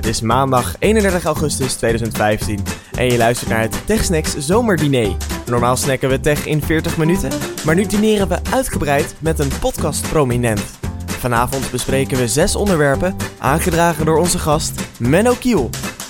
Het is maandag 31 augustus 2015 en je luistert naar het TechSnacks zomerdiner. Normaal snacken we tech in 40 minuten, maar nu dineren we uitgebreid met een podcast prominent. Vanavond bespreken we 6 onderwerpen, aangedragen door onze gast Menno Kiel.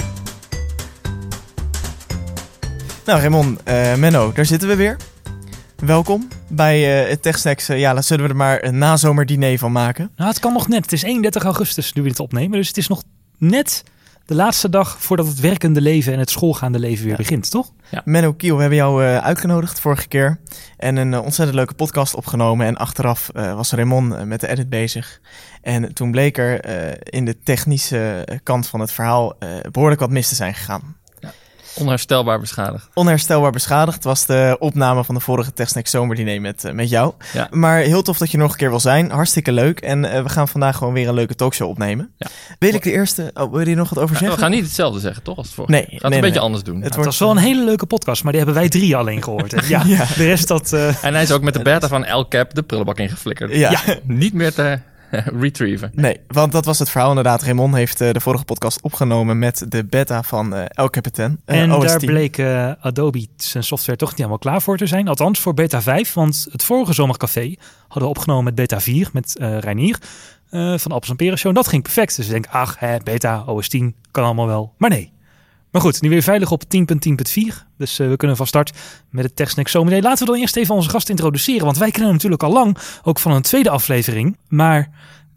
Nou Raymond, Menno, daar zitten we weer. Welkom bij het TechSnacks. Daar zullen we er maar een nazomerdiner van maken. Nou, het kan nog net. Het is 31 augustus nu we dit opnemen. Dus het is nog net de laatste dag voordat het werkende leven en het schoolgaande leven weer begint, toch? Ja. Menno Kiel, we hebben jou uitgenodigd vorige keer. En een ontzettend leuke podcast opgenomen. En achteraf was Raymond met de edit bezig. En toen bleek er in de technische kant van het verhaal behoorlijk wat mis te zijn gegaan. Onherstelbaar beschadigd. Onherstelbaar beschadigd was de opname van de vorige TechSnacks zomerdiner met jou. Ja. Maar heel tof dat je nog een keer wil zijn. Hartstikke leuk. En we gaan vandaag gewoon weer een leuke talkshow opnemen. Ja. Wil ik de eerste... Oh, wil je er nog wat over zeggen? We gaan niet hetzelfde zeggen, toch? Als het vorige. Nee. We gaan het een beetje anders doen. Het was wel een hele leuke podcast, maar die hebben wij 3 alleen gehoord. Hè? Ja. De rest dat... En hij is ook met de beta van El Cap de prullenbak ingeflikkerd. Ja. Niet meer te... retrieven. Nee, want dat was het verhaal inderdaad. Raymond heeft de vorige podcast opgenomen met de beta van El Capitan. En daar bleek Adobe zijn software toch niet helemaal klaar voor te zijn. Althans voor beta 5, want het vorige zomercafé hadden we opgenomen met beta 4, met Reinier van de Appels en Peren Show. En dat ging perfect. Dus ik denk, beta, OS 10, kan allemaal wel. Maar nee. Maar goed, nu weer veilig op 10.10.4. Dus we kunnen van start met het TechSnacks zometeen. Laten we dan eerst even onze gast introduceren. Want wij kennen hem natuurlijk al lang, ook van een tweede aflevering. Maar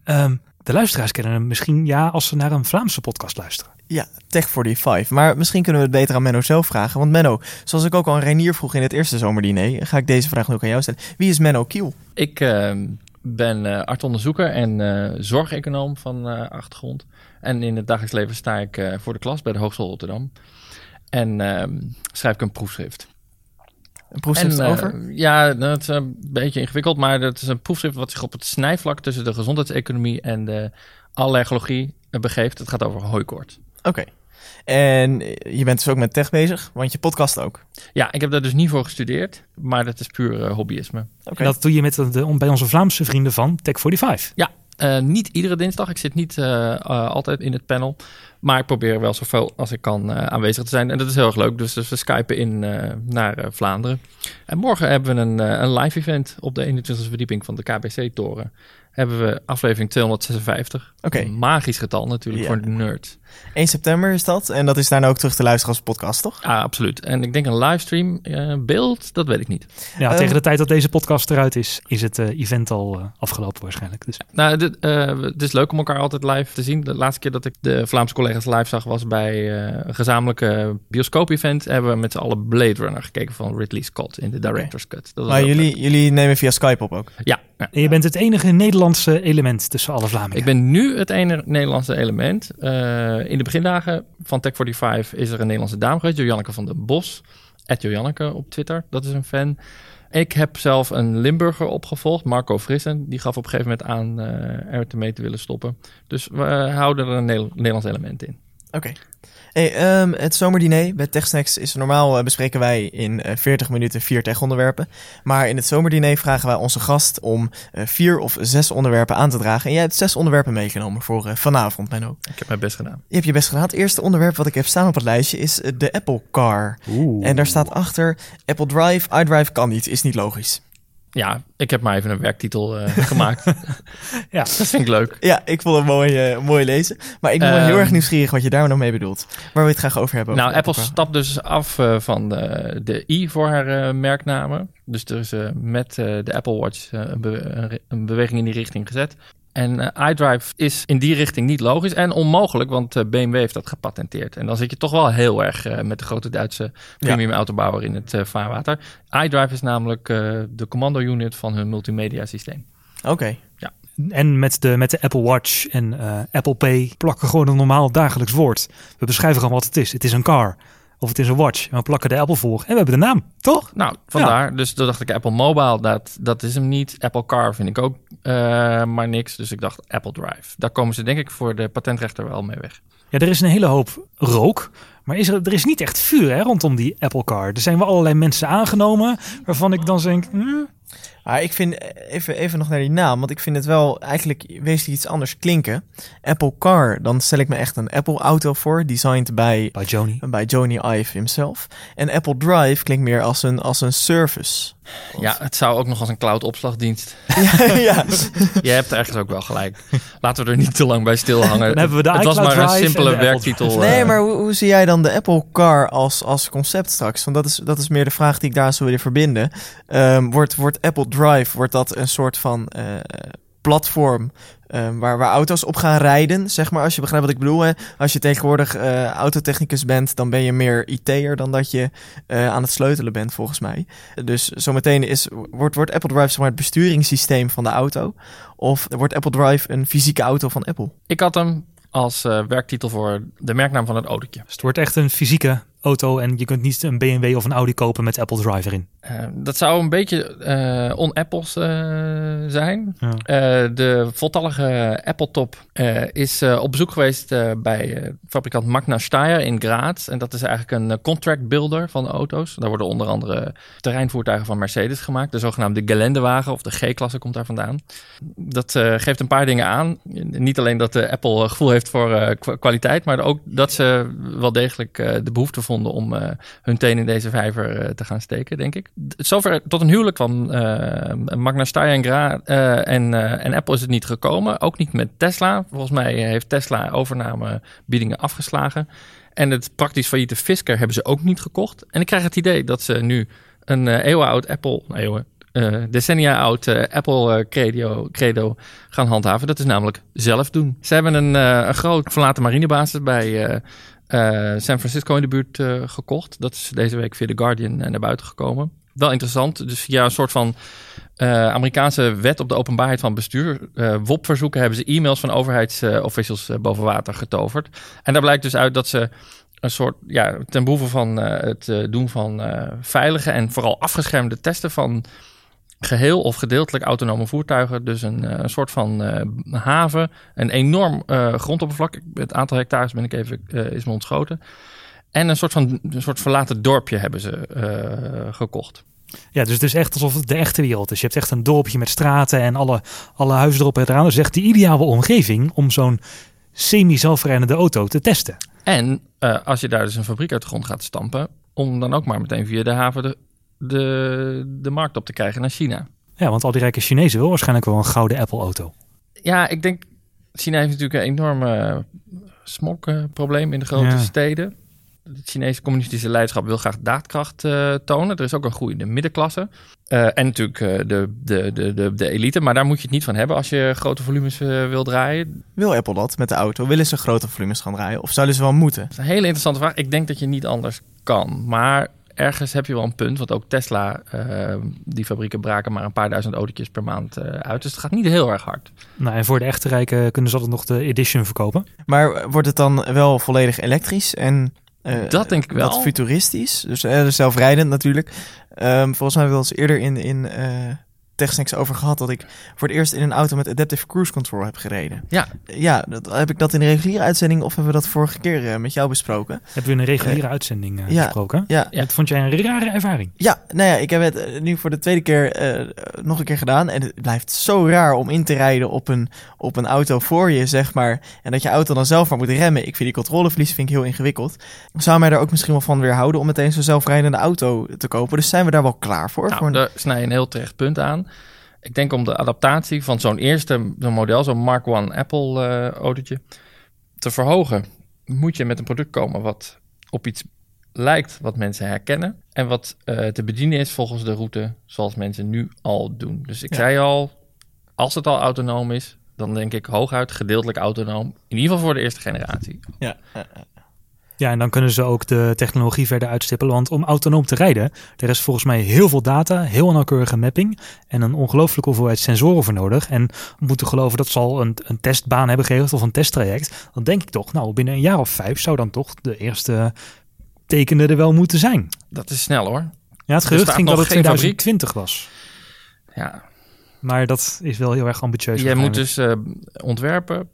de luisteraars kennen hem misschien als ze naar een Vlaamse podcast luisteren. Ja, Tech45. Maar misschien kunnen we het beter aan Menno zelf vragen. Want Menno, zoals ik ook al aan Reinier vroeg in het eerste zomerdiner, ga ik deze vraag ook aan jou stellen. Wie is Menno Kiel? Ik ben artsonderzoeker en zorgeconoom van achtergrond. En in het dagelijks leven sta ik voor de klas bij de Hogeschool Rotterdam. En schrijf ik een proefschrift. Een proefschrift over? Ja, dat is een beetje ingewikkeld. Maar dat is een proefschrift wat zich op het snijvlak tussen de gezondheidseconomie en de allergologie begeeft. Het gaat over hooikoorts. Oké. En je bent dus ook met tech bezig, want je podcast ook. Ja, ik heb daar dus niet voor gestudeerd, maar dat is puur hobbyisme. Okay. En dat doe je bij onze Vlaamse vrienden van Tech45? Ja, niet iedere dinsdag. Ik zit niet altijd in het panel, maar ik probeer wel zoveel als ik kan aanwezig te zijn. En dat is heel erg leuk, dus we skypen in naar Vlaanderen. En morgen hebben we een live event op de 21e verdieping van de KBC-toren. Hebben we aflevering 256. Okay. Een magisch getal natuurlijk voor de nerds. 1 september is dat. En dat is daarna ook terug te luisteren als podcast, toch? Ja, absoluut. En ik denk een livestream, beeld, dat weet ik niet. Ja, tegen de tijd dat deze podcast eruit is het event al afgelopen waarschijnlijk. Dus. Nou, het is leuk om elkaar altijd live te zien. De laatste keer dat ik de Vlaamse collega's live zag was bij een gezamenlijke bioscoop-event. Hebben we met z'n allen Blade Runner gekeken van Ridley Scott in de Director's Cut. Dat maar jullie nemen via Skype op ook? Ja. En je bent het enige Nederlandse element tussen alle Vlamingen. Ik ben nu het enige Nederlandse element. In de begindagen van Tech45 is er een Nederlandse dame geweest, Joanneke van den Bos. @Joanneke op Twitter, dat is een fan. Ik heb zelf een Limburger opgevolgd, Marco Frissen. Die gaf op een gegeven moment aan er te mee te willen stoppen. Dus we houden er een Nederlands element in. Oké. Hey, het zomerdiner bij TechSnacks is normaal bespreken wij in 40 minuten 4 tech-onderwerpen. Maar in het zomerdiner vragen wij onze gast om 4 of 6 onderwerpen aan te dragen. En jij hebt 6 onderwerpen meegenomen voor vanavond, Menno. Ik heb mijn best gedaan. Je hebt je best gedaan. Het eerste onderwerp wat ik heb staan op het lijstje is de Apple Car. En daar staat achter Apple Drive, iDrive kan niet, is niet logisch. Ja, ik heb maar even een werktitel gemaakt. Ja, dat vind ik leuk. Ja, ik vond het mooi lezen. Maar ik ben wel heel erg nieuwsgierig wat je daar nog mee bedoelt. Waar wil je het graag over hebben? Nou, Apple stapt dus af van de i voor haar merkname. Dus er is met de Apple Watch een beweging in die richting gezet. En iDrive is in die richting niet logisch en onmogelijk, want BMW heeft dat gepatenteerd. En dan zit je toch wel heel erg met de grote Duitse premium autobouwer in het vaarwater. iDrive is namelijk de commando unit van hun multimedia systeem. Oké. Ja. En met de Apple Watch en Apple Pay plakken gewoon een normaal dagelijks woord. We beschrijven gewoon wat het is. Het is een car. Of het is een watch. En we plakken de Apple voor. En we hebben de naam, toch? Nou, vandaar. Ja. Dus toen dacht ik Apple Mobile, dat is hem niet. Apple Car vind ik ook maar niks. Dus ik dacht Apple Drive. Daar komen ze denk ik voor de patentrechter wel mee weg. Ja, er is een hele hoop rook. Maar er is niet echt vuur rondom die Apple Car. Er zijn wel allerlei mensen aangenomen waarvan ik dan denk... Ik vind, even nog naar die naam, want ik vind het wel eigenlijk wezenlijk iets anders klinken. Apple Car, dan stel ik me echt een Apple-auto voor, designed bij Jony Ive himself. En Apple Drive klinkt meer als een service. Ja, het zou ook nog als een cloud-opslagdienst. Ja. Je hebt ergens ook wel gelijk. Laten we er niet te lang bij stilhangen. Dan hebben we de het was iCloud maar een Drive simpele en de werktitel. Nee, maar hoe zie jij dan de Apple Car als concept straks? Want dat is meer de vraag die ik daar zou willen verbinden. Wordt Apple Drive, wordt dat een soort van platform waar auto's op gaan rijden, zeg maar, als je begrijpt wat ik bedoel. Hè? Als je tegenwoordig autotechnicus bent, dan ben je meer IT'er dan dat je aan het sleutelen bent, volgens mij. Dus zometeen wordt Apple Drive zeg maar het besturingssysteem van de auto? Of wordt Apple Drive een fysieke auto van Apple? Ik had hem als werktitel voor de merknaam van het autootje. Dus het wordt echt een fysieke auto en je kunt niet een BMW of een Audi kopen met Apple Drive erin. Dat zou een beetje on-Apples zijn. Ja. De voltallige Apple-top is op bezoek geweest bij fabrikant Magna Steyr in Graz. En dat is eigenlijk een contract builder van auto's. Daar worden onder andere terreinvoertuigen van Mercedes gemaakt. De zogenaamde Geländewagen of de G-klasse komt daar vandaan. Dat geeft een paar dingen aan. Niet alleen dat Apple gevoel heeft voor kwaliteit, maar ook dat ze wel degelijk de behoefte vonden om hun teen in deze vijver te gaan steken, denk ik. Zover tot een huwelijk van Magna Steyr en Apple is het niet gekomen. Ook niet met Tesla. Volgens mij heeft Tesla overnamebiedingen afgeslagen. En het praktisch failliete Fisker hebben ze ook niet gekocht. En ik krijg het idee dat ze nu een decennia oud Apple credo gaan handhaven. Dat is namelijk zelf doen. Ze hebben een groot verlaten marinebasis bij San Francisco in de buurt gekocht. Dat is deze week via The Guardian naar buiten gekomen. Wel interessant. Dus via een soort van Amerikaanse wet op de openbaarheid van bestuur, WOP-verzoeken, hebben ze e-mails van overheidsofficials boven water getoverd. En daar blijkt dus uit dat ze een soort, ten behoeve van het doen van veilige en vooral afgeschermde testen van geheel of gedeeltelijk autonome voertuigen. Dus een soort van haven, een enorm grondoppervlak. Het aantal hectares is me ontschoten. En een soort verlaten dorpje hebben ze gekocht. Ja, dus het is echt alsof het de echte wereld is. Je hebt echt een dorpje met straten en alle huizen erop en eraan. Dus echt de ideale omgeving om zo'n semi-zelfrijdende auto te testen. En als je daar dus een fabriek uit de grond gaat stampen, om dan ook maar meteen via de haven de markt op te krijgen naar China. Ja, want al die rijke Chinezen willen waarschijnlijk wel een gouden Apple-auto. Ja, ik denk, China heeft natuurlijk een enorm smogprobleem in de grote steden. Het Chinese communistische leiderschap wil graag daadkracht tonen. Er is ook een groeiende middenklasse. En natuurlijk de elite. Maar daar moet je het niet van hebben als je grote volumes wil draaien. Wil Apple dat met de auto? Willen ze grote volumes gaan draaien? Of zouden ze wel moeten? Dat is een hele interessante vraag. Ik denk dat je niet anders kan. Maar ergens heb je wel een punt. Want ook Tesla, die fabrieken braken maar een paar duizend autootjes per maand uit. Dus het gaat niet heel erg hard. Nou, en voor de echte rijken kunnen ze altijd nog de Edition verkopen. Maar wordt het dan wel volledig elektrisch en dat denk ik wel. Wat futuristisch. Dus zelfrijdend natuurlijk. Volgens mij hebben we het eerder in TechSnacks over gehad dat ik voor het eerst in een auto met Adaptive Cruise Control heb gereden. Ja, heb ik dat in de reguliere uitzending of hebben we dat vorige keer met jou besproken? Hebben we in een reguliere uitzending besproken? Ja. Dat vond jij een rare ervaring? Ja, nou ja, ik heb het nu voor de tweede keer nog een keer gedaan. En het blijft zo raar om in te rijden op een auto voor je, zeg maar. En dat je auto dan zelf maar moet remmen. Ik vind die controleverlies heel ingewikkeld. Zou mij daar ook misschien wel van weerhouden om meteen zo'n zelfrijdende auto te kopen? Dus zijn we daar wel klaar voor? Nou, daar snij je een heel terecht punt aan. Ik denk om de adaptatie van zo'n model, zo'n Mark I Apple autootje, te verhogen, moet je met een product komen wat op iets lijkt wat mensen herkennen en wat te bedienen is volgens de route zoals mensen nu al doen. Dus ik zei al, als het al autonoom is, dan denk ik hooguit gedeeltelijk autonoom. In ieder geval voor de eerste generatie. Ja, en dan kunnen ze ook de technologie verder uitstippelen. Want om autonoom te rijden, er is volgens mij heel veel data, heel nauwkeurige mapping en een ongelooflijke hoeveelheid sensoren voor nodig. En we moeten geloven dat ze al een testbaan hebben gegeven of een testtraject. Dan denk ik toch, nou binnen een jaar of 5 zou dan toch de eerste tekenen er wel moeten zijn. Dat is snel hoor. Ja, het gerucht ging dat het 2020 was. Ja. Maar dat is wel heel erg ambitieus. Jij moet dus ontwerpen,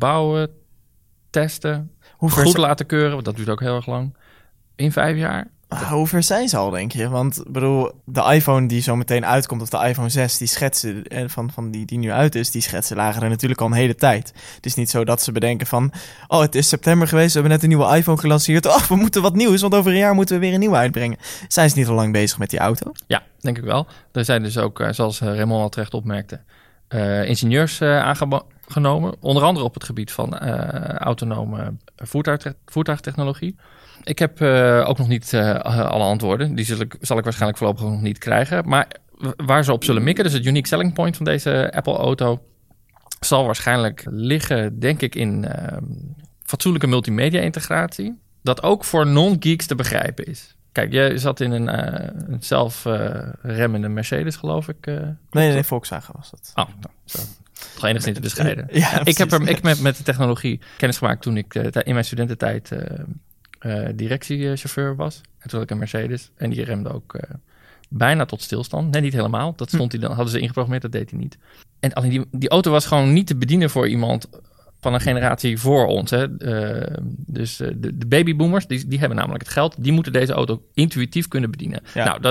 bouwen, testen, goed laten keuren, want dat duurt ook heel erg lang. In 5 jaar. Hoe ver zijn ze al, denk je? Want ik bedoel, de iPhone die zo meteen uitkomt, of de iPhone 6, die schetsen van die nu uit is, die schetsen lagen er natuurlijk al een hele tijd. Het is niet zo dat ze bedenken van, het is september geweest, we hebben net een nieuwe iPhone gelanceerd. We moeten wat nieuws, want over een jaar moeten we weer een nieuwe uitbrengen. Zijn ze niet al lang bezig met die auto? Ja, denk ik wel. Er zijn dus ook, zoals Raymond al terecht opmerkte, ingenieurs aangenomen. Onder andere op het gebied van autonome voertuigtechnologie. Ik heb ook nog niet alle antwoorden. Die zal ik waarschijnlijk voorlopig nog niet krijgen. Maar waar ze op zullen mikken, dus het unique selling point van deze Apple-auto, zal waarschijnlijk liggen, denk ik, in fatsoenlijke multimedia-integratie. Dat ook voor non-geeks te begrijpen is. Kijk, je zat in een zelfremmende Mercedes, geloof ik. Nee, Volkswagen was dat. Oh, nou, zo. Toch enigszins te bescheiden. Ik heb met de technologie kennis gemaakt toen ik in mijn studententijd directiechauffeur was. En toen had ik een Mercedes. En die remde ook bijna tot stilstand. Nee, niet helemaal. Dat stond hij dan, hadden ze ingeprogrammeerd, dat deed hij niet. En alleen die auto was gewoon niet te bedienen voor iemand van een generatie voor ons. Hè. Dus de babyboomers, die hebben namelijk het geld. Die moeten deze auto intuïtief kunnen bedienen. Ja, nou,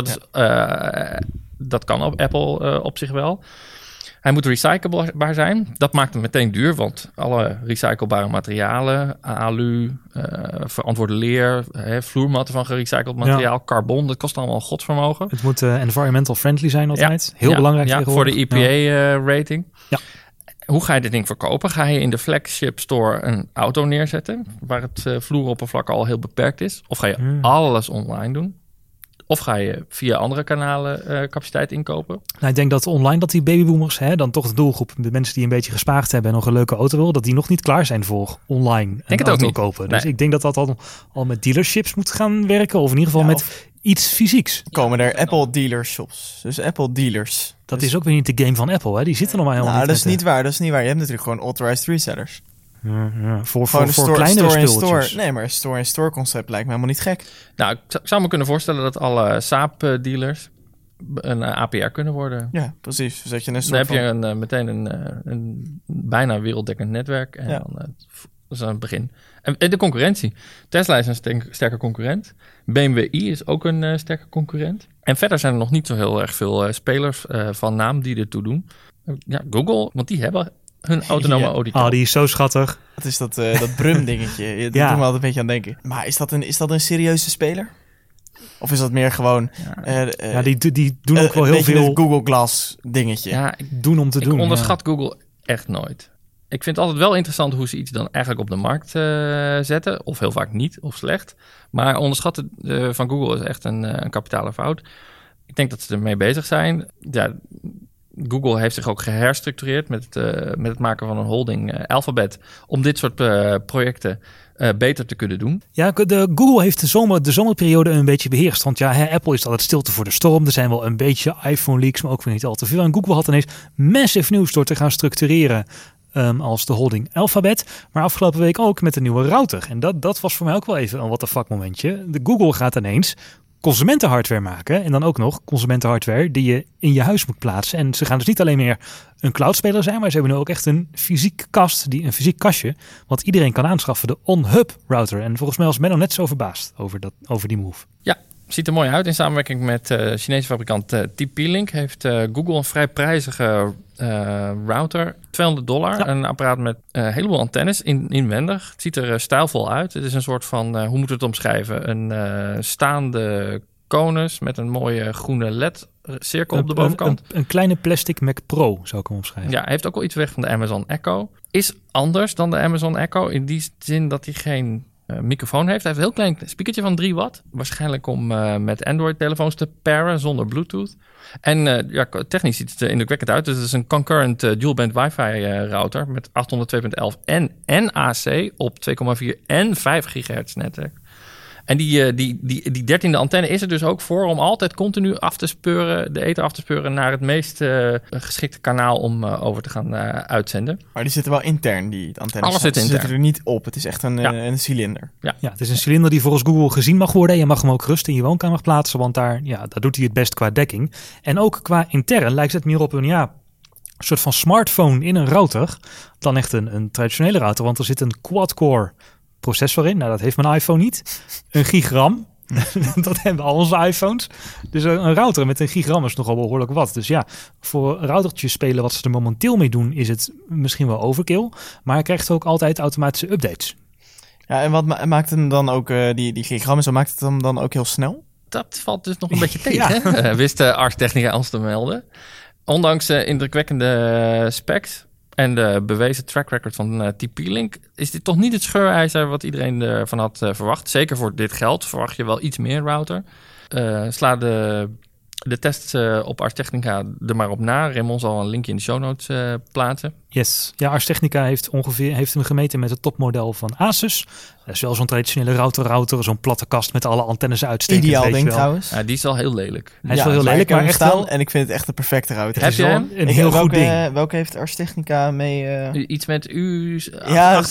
dat kan op Apple op zich wel. Hij moet recyclebaar zijn. Dat maakt het meteen duur, want alle recyclebare materialen, alu, verantwoorde leer, vloermatten van gerecycled materiaal, carbon, dat kost allemaal godsvermogen. Het moet environmental friendly zijn altijd. Heel belangrijk tegenwoordig. Voor de EPA-rating. Ja. Hoe ga je dit ding verkopen? Ga je in de flagship store een auto neerzetten, waar het vloeroppervlak al heel beperkt is? Of ga je alles online doen? Of ga je via andere kanalen capaciteit inkopen? Nou, ik denk dat online dat die babyboomers, dan toch de doelgroep, de mensen die een beetje gespaard hebben en nog een leuke auto willen, dat die nog niet klaar zijn voor online een auto kopen. Dus ik denk dat dat al met dealerships moet gaan werken. Of in ieder geval met iets fysieks. Komen er Apple dealershops. Dus Apple dealers. Dat is ook weer niet de game van Apple. Hè? Die zitten nog maar helemaal niet. Dat is niet waar. Dat is niet waar. Je hebt natuurlijk gewoon authorized resellers. Voor kleinere spulletjes. Nee, maar een store-in-store concept lijkt me helemaal niet gek. Nou, ik zou me kunnen voorstellen dat alle Saab-dealers een APR kunnen worden. Ja, precies. Dus dat je dan heb je meteen een bijna werelddekkend netwerk. En dan, dat is aan het begin. En de concurrentie. Tesla is een sterke concurrent. BMW i is ook een sterke concurrent. En verder zijn er nog niet zo heel erg veel spelers van naam die dit toe doen. Google, want die hebben hun autonome auto. Die is zo schattig. Wat is dat Brum-dingetje? Dat doet me altijd een beetje aan denken. Maar is dat een serieuze speler? Of is dat meer gewoon... die doen ook wel heel veel... Een Google Glass dingetje. Ja, ik onderschat Google echt nooit. Ik vind het altijd wel interessant hoe ze iets dan eigenlijk op de markt zetten. Of heel vaak niet, of slecht. Maar onderschatten van Google is echt een kapitale fout. Ik denk dat ze ermee bezig zijn. Ja, Google heeft zich ook geherstructureerd met het maken van een holding Alphabet om dit soort projecten beter te kunnen doen. Ja, Google heeft de zomerperiode een beetje beheerst. Want Apple is altijd stilte voor de storm. Er zijn wel een beetje iPhone leaks, maar ook weer niet al te veel. En Google had ineens massive nieuws door te gaan structureren als de holding Alphabet. Maar afgelopen week ook met een nieuwe router. En dat was voor mij ook wel even een what the fuck momentje. De Google gaat ineens consumentenhardware maken. En dan ook nog consumentenhardware die je in je huis moet plaatsen. En ze gaan dus niet alleen meer een cloudspeler zijn, maar ze hebben nu ook echt een fysiek kastje, wat iedereen kan aanschaffen. De On-Hub router. En volgens mij was Menno net zo verbaasd over die move. Ja, ziet er mooi uit. In samenwerking met Chinese fabrikant TP-Link heeft Google een vrij prijzige router. $200. Ja. Een apparaat met een heleboel antennes inwendig. Het ziet er stijlvol uit. Het is een soort van, hoe moeten we het omschrijven? Een staande konus met een mooie groene LED-cirkel op de bovenkant. Een kleine plastic Mac Pro zou ik hem omschrijven. Ja, hij heeft ook wel iets weg van de Amazon Echo. Is anders dan de Amazon Echo in die zin dat hij geen microfoon heeft. Hij heeft een heel klein speakertje van 3 watt. Waarschijnlijk om met Android-telefoons te paren zonder Bluetooth. En technisch ziet het er indrukwekkend uit. Dus het is een concurrent dual-band wifi router met 802.11 en NAC op 2,4 en 5 gigahertz netwerk. En die 13e antenne is er dus ook voor om altijd continu de ether af te speuren naar het meest geschikte kanaal om over te gaan uitzenden. Maar die zitten wel intern, die antennes. Alles zit intern. Ze zitten er niet op. Het is echt een cilinder. Ja, het is een cilinder die volgens Google gezien mag worden. Je mag hem ook rustig in je woonkamer plaatsen, want daar doet hij het best qua dekking. En ook qua intern lijkt het meer op een soort van smartphone in een router dan echt een traditionele router, want er zit een quad-core processor in. Nou, dat heeft mijn iPhone niet. Een gigram. Dat hebben al onze iPhones. Dus een router met een gigram is nogal behoorlijk wat. Dus ja, voor routertjes spelen wat ze er momenteel mee doen, is het misschien wel overkill. Maar hij krijgt ook altijd automatische updates. Ja, en wat maakt hem dan ook, die gigrammen, zo maakt het hem dan ook heel snel? Dat valt dus nog een beetje tegen, wist Ars Technica ons te melden. Ondanks indrukwekkende specs en de bewezen track record van TP-Link is dit toch niet het scheurijzer wat iedereen ervan had verwacht. Zeker voor dit geld verwacht je wel iets meer router. Sla de tests op Ars Technica er maar op na. Raymond zal een linkje in de show notes plaatsen. Yes. Ja, Ars Technica heeft hem gemeten met het topmodel van Asus. Dat is wel zo'n traditionele router, zo'n platte kast met alle antennes uitstekend. Ideaal ding trouwens. Ja, die is wel heel lelijk. Hij is wel heel lelijk, maar echt wel... En ik vind het echt de perfecte router. Heb je hem? Een heel goed ding. Welke heeft Ars Technica mee? Iets met U68.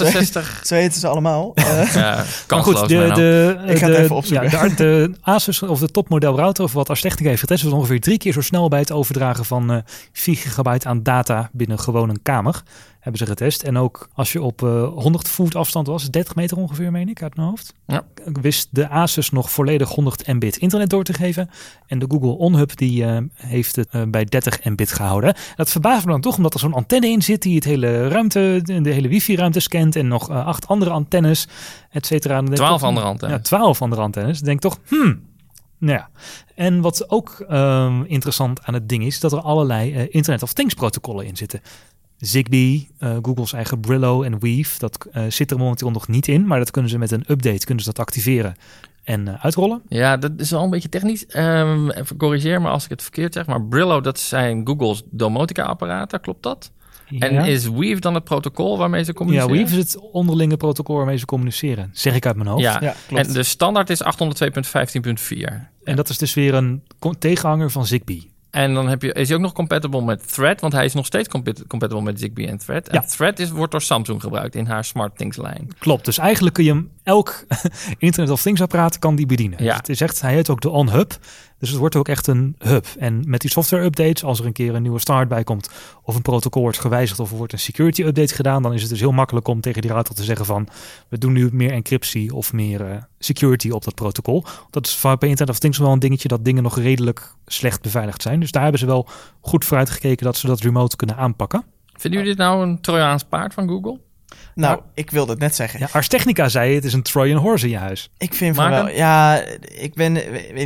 Zo heten ze allemaal. Ja, kansloos. Goed, ik ga het even opzoeken. Ja, de Asus of de topmodel router, of wat Ars Technica heeft getest, was ongeveer 3 keer zo snel bij het overdragen van 4 gigabyte aan data binnen gewoon een kamer. Hebben ze getest. En ook als je op 100 voet afstand was, 30 meter ongeveer, meen ik, uit mijn hoofd. Ja. Wist de Asus nog volledig 100 mbit internet door te geven. En de Google OnHub, die heeft het bij 30 mbit gehouden. Dat verbaast me dan toch, omdat er zo'n antenne in zit die het hele ruimte, de hele wifi-ruimte scant. En nog 8 andere antennes, et cetera. 12 andere antennes. Ja, 12 andere antennes. Dan denk ik toch, nou ja. En wat ook interessant aan het ding is, dat er allerlei Internet of Things protocollen in zitten. Zigbee, Google's eigen Brillo en Weave, dat zit er momenteel nog niet in, maar dat kunnen ze met een update kunnen ze dat activeren en uitrollen. Ja, dat is wel een beetje technisch. Even corrigeer me als ik het verkeerd zeg, maar Brillo, dat zijn Google's domotica-apparaten, klopt dat? Ja. En is Weave dan het protocol waarmee ze communiceren? Ja, Weave is het onderlinge protocol waarmee ze communiceren, zeg ik uit mijn hoofd. Ja, klopt. En de standaard is 802.15.4. En dat is dus weer een tegenhanger van Zigbee. En dan is hij ook nog compatible met Thread, want hij is nog steeds compatible met Zigbee en Thread. Ja. En Thread wordt door Samsung gebruikt in haar SmartThings-lijn. Klopt, dus eigenlijk kun je hem elk Internet of Things apparaat kan die bedienen. Ja. Dus hij heet ook de OnHub, dus het wordt ook echt een hub. En met die software updates, als er een keer een nieuwe standaard bij komt, of een protocol wordt gewijzigd of er wordt een security update gedaan, dan is het dus heel makkelijk om tegen die router te zeggen van, we doen nu meer encryptie of meer security op dat protocol. Dat is bij Internet of Things wel een dingetje dat dingen nog redelijk slecht beveiligd zijn. Dus daar hebben ze wel goed vooruit gekeken dat ze dat remote kunnen aanpakken. Vinden jullie dit nou een Trojaans paard van Google? Nou, ik wilde het net zeggen. Ja, Ars Technica zei het is een Trojan horse in je huis. Ik vind van wel, ja, ik ben, weet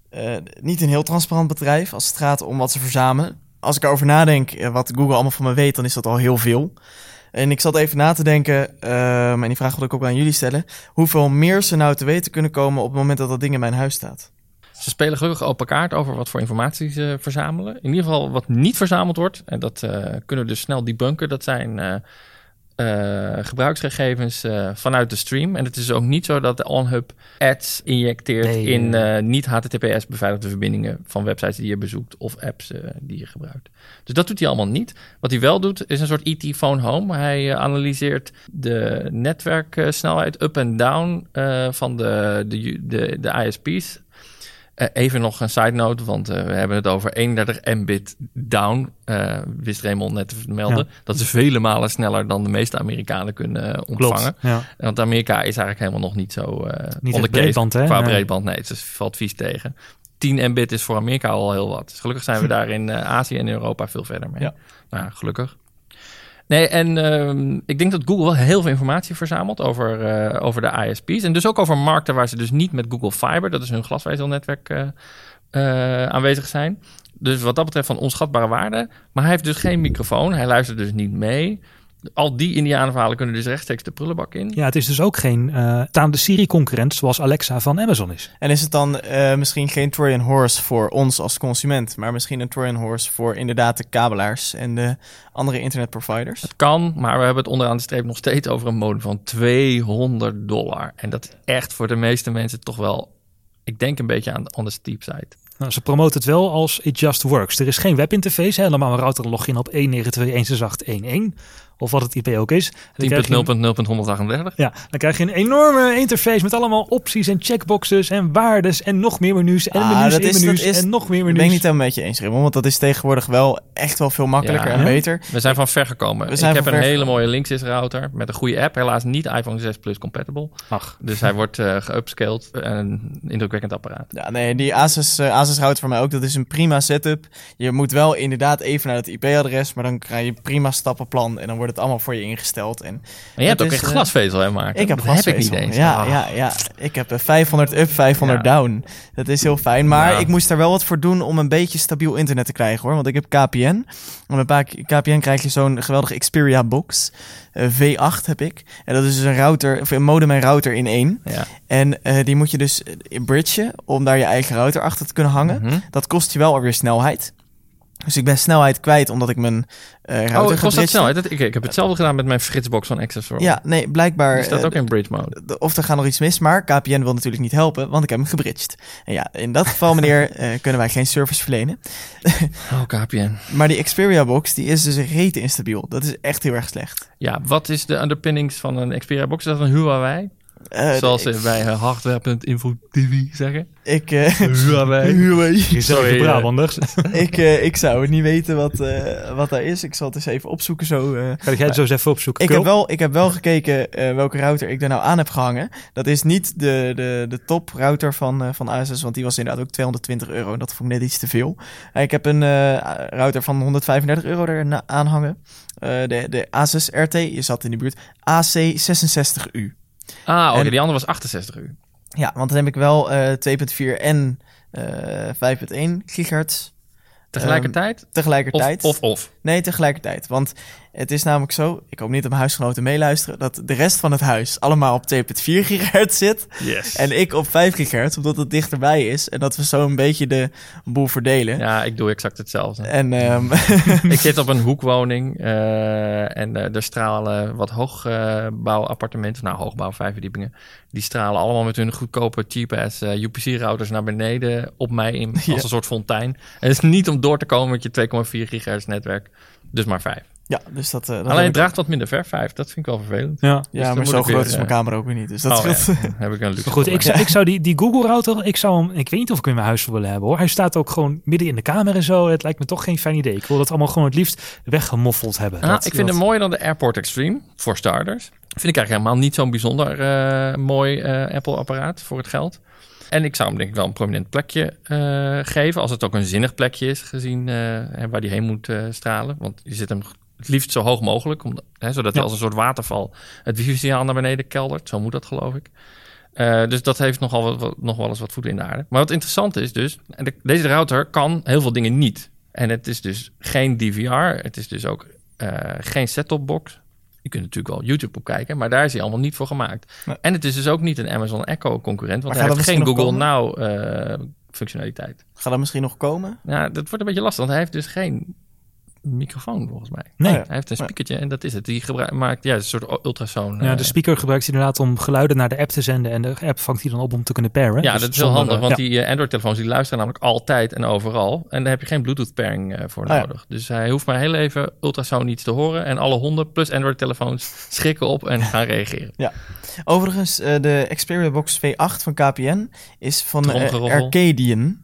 niet een heel transparant bedrijf als het gaat om wat ze verzamelen. Als ik erover nadenk wat Google allemaal van me weet, dan is dat al heel veel. En ik zat even na te denken, en die vraag wil ik ook aan jullie stellen, hoeveel meer ze nou te weten kunnen komen op het moment dat dat ding in mijn huis staat. Ze spelen gelukkig open kaart over wat voor informatie ze verzamelen. In ieder geval wat niet verzameld wordt, en dat kunnen we dus snel debunken, dat zijn gebruiksgegevens vanuit de stream. En het is ook niet zo dat de OnHub ads injecteert in niet HTTPS beveiligde verbindingen van websites die je bezoekt of apps die je gebruikt. Dus dat doet hij allemaal niet. Wat hij wel doet is een soort ET Phone Home. Hij analyseert de netwerksnelheid up en down van de ISP's. Even nog een side note, want we hebben het over 31 mbit down. Wist Raymond net te melden. Ja. Dat is vele malen sneller dan de meeste Amerikanen kunnen ontvangen. Ja. Want Amerika is eigenlijk helemaal nog niet zo niet onder breedband, hè? Qua breedband, nee. Dus valt vies tegen. 10 mbit is voor Amerika al heel wat. Dus gelukkig zijn we daar in Azië en Europa veel verder mee. Ja. Nou, gelukkig. Nee, en ik denk dat Google wel heel veel informatie verzamelt over de ISP's. En dus ook over markten waar ze dus niet met Google Fiber, dat is hun glasvezelnetwerk, aanwezig zijn. Dus wat dat betreft van onschatbare waarde. Maar hij heeft dus geen microfoon. Hij luistert dus niet mee. Al die Indianenverhalen kunnen dus rechtstreeks de prullenbak in. Ja, het is dus ook geen staande Siri-concurrent zoals Alexa van Amazon is. En is het dan misschien geen Trojan horse voor ons als consument, maar misschien een Trojan horse voor inderdaad de kabelaars en de andere internetproviders? Het kan, maar we hebben het onderaan de streep nog steeds over een modem van $200. En dat is echt voor de meeste mensen toch wel, ik denk een beetje aan de steep side. Nou, ze promoten het wel als it just works. Er is geen webinterface, helemaal een router login op 192.168.1.1. of wat het IP ook is. 10.0.0.138. Ja, dan krijg je een enorme interface met allemaal opties en checkboxes en waardes en nog meer menus en menus en nog meer menus. Ik ben niet helemaal met je eens, Raymond, want dat is tegenwoordig wel echt wel veel makkelijker en beter. We zijn van ver gekomen. Ik heb een hele mooie Linksys router met een goede app. Helaas niet iPhone 6 Plus compatible. Ach. Dus hij wordt geupscaled. Een indrukwekkend apparaat. Ja, nee, die Asus router voor mij ook. Dat is een prima setup. Je moet wel inderdaad even naar het IP-adres, maar dan krijg je een prima stappenplan en dan wordt het allemaal voor je ingesteld. En maar je hebt ook echt glasvezel, hè, Maarten? Ik heb glasvezel. Heb ik niet eens. Ja. Ik heb 500 up, 500 down. Dat is heel fijn. Maar ik moest daar wel wat voor doen om een beetje stabiel internet te krijgen, hoor. Want ik heb KPN. En met KPN krijg je zo'n geweldige Xperia box. V8 heb ik. En dat is dus een router, of een modem en router in één. Ja. En die moet je dus bridgen om daar je eigen router achter te kunnen hangen. Mm-hmm. Dat kost je wel alweer snelheid. Dus ik ben snelheid kwijt omdat ik mijn router kost dat snelheid? Ik heb hetzelfde gedaan met mijn Fritzbox van Access for All. Ja, nee, blijkbaar... Die staat ook in bridge mode. Of er gaat nog iets mis, maar KPN wil natuurlijk niet helpen, want ik heb hem gebridged. En ja, in dat geval, meneer, kunnen wij geen service verlenen. KPN. Maar die Xperia box, die is dus rete instabiel. Dat is echt heel erg slecht. Ja, wat is de underpinnings van een Xperia box? Is dat een Huawei? Zoals ze bij hardware.info TV zeggen. Huawei. Sorry, Brabanders. Ik zou het niet weten wat daar is. Ik zal het eens even opzoeken. Ga jij het zo eens even opzoeken? Ik heb wel gekeken welke router ik er nou aan heb gehangen. Dat is niet de top router van Asus, want die was inderdaad ook €220. En dat vond ik net iets te veel. Ik heb een router van €135 er aan hangen. De Asus RT, je zat in de buurt, AC66U. Die andere was 68 uur. Ja, want dan heb ik wel 2.4 en 5.1 gigahertz. Tegelijkertijd? Tegelijkertijd. Of? Nee, tegelijkertijd. Want het is namelijk zo, ik hoop niet dat mijn huisgenoten meeluisteren, dat de rest van het huis allemaal op 2.4 gigahertz zit. Yes. En ik op 5 gigahertz, omdat het dichterbij is. En dat we zo een beetje de boel verdelen. Ja, ik doe exact hetzelfde. En, ik zit op een hoekwoning en er stralen wat hoogbouwappartementen, hoogbouw, 5 verdiepingen. Die stralen allemaal met hun goedkope cheap-ass UPC-routers naar beneden op mij in als een soort fontein. En het is niet om door te komen met je 2,4 gigahertz netwerk, dus maar 5. Ja, dus dat alleen het draagt wat minder ver, 5. Dat vind ik wel vervelend. Ja, dus maar zo groot is mijn camera ook weer niet. Dus dat scheelt. Heb ik een luxe. Goed, ik zou die Google router, ik weet niet of ik hem in mijn huis wil hebben, hoor. Hij staat ook gewoon midden in de kamer en zo. Het lijkt me toch geen fijn idee. Ik wil dat allemaal gewoon het liefst weggemoffeld hebben. Ik vind het mooier dan de AirPort Extreme, voor starters. Vind ik eigenlijk helemaal niet zo'n bijzonder mooi Apple-apparaat voor het geld. En ik zou hem denk ik wel een prominent plekje geven, als het ook een zinnig plekje is, gezien waar die heen moet stralen. Want je zit hem het liefst zo hoog mogelijk, zodat hij als een soort waterval het wifi-signaal naar beneden keldert. Zo moet dat, geloof ik. Dus dat heeft nog wel eens wat voeten in de aarde. Maar wat interessant is dus, deze router kan heel veel dingen niet. En het is dus geen DVR, het is dus ook geen set-top box. Je kunt natuurlijk wel YouTube op kijken, maar daar is hij allemaal niet voor gemaakt. Nee. En het is dus ook niet een Amazon Echo concurrent, want hij heeft geen Google Now functionaliteit. Gaat dat misschien nog komen? Ja, dat wordt een beetje lastig, want hij heeft dus geen microfoon volgens mij. Nee. Hij heeft een speakertje en dat is het. Die maakt een soort ultrasoon. Ja, de speaker gebruikt hij inderdaad om geluiden naar de app te zenden en de app vangt hij dan op om te kunnen pairen. Ja, dus dat is heel handig, want die Android-telefoons die luisteren namelijk altijd en overal. En daar heb je geen Bluetooth-pairing voor nodig. Ja. Dus hij hoeft maar heel even ultrasoon iets te horen en alle honden plus Android-telefoons schrikken op en gaan reageren. Ja. Overigens, de Xperia Box V8 van KPN is van Arcadian.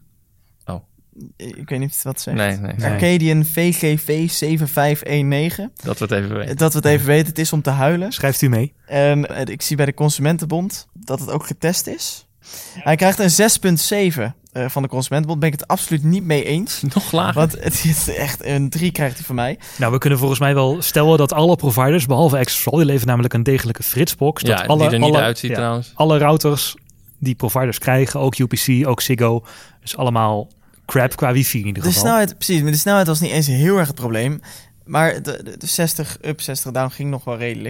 Ik weet niet wat ze zegt. Nee. Arcadian VGV 7519. Dat we het even weten. Dat we het even weten. Het is om te huilen. Schrijft u mee. En ik zie bij de Consumentenbond dat het ook getest is. Hij krijgt een 6,7 van de Consumentenbond. Ben ik het absoluut niet mee eens. Nog lager. Want het is echt een 3 krijgt hij van mij. Nou, we kunnen volgens mij wel stellen dat alle providers, behalve Access for All, die leveren namelijk een degelijke Fritzbox. Ja, dat die er niet uitziet trouwens. Alle routers die providers krijgen, ook UPC, ook Ziggo, dus allemaal crap qua wifi in ieder geval. De snelheid, precies. Met de snelheid was niet eens heel erg het probleem. Maar de 60 up, 60 down ging nog wel redelijk.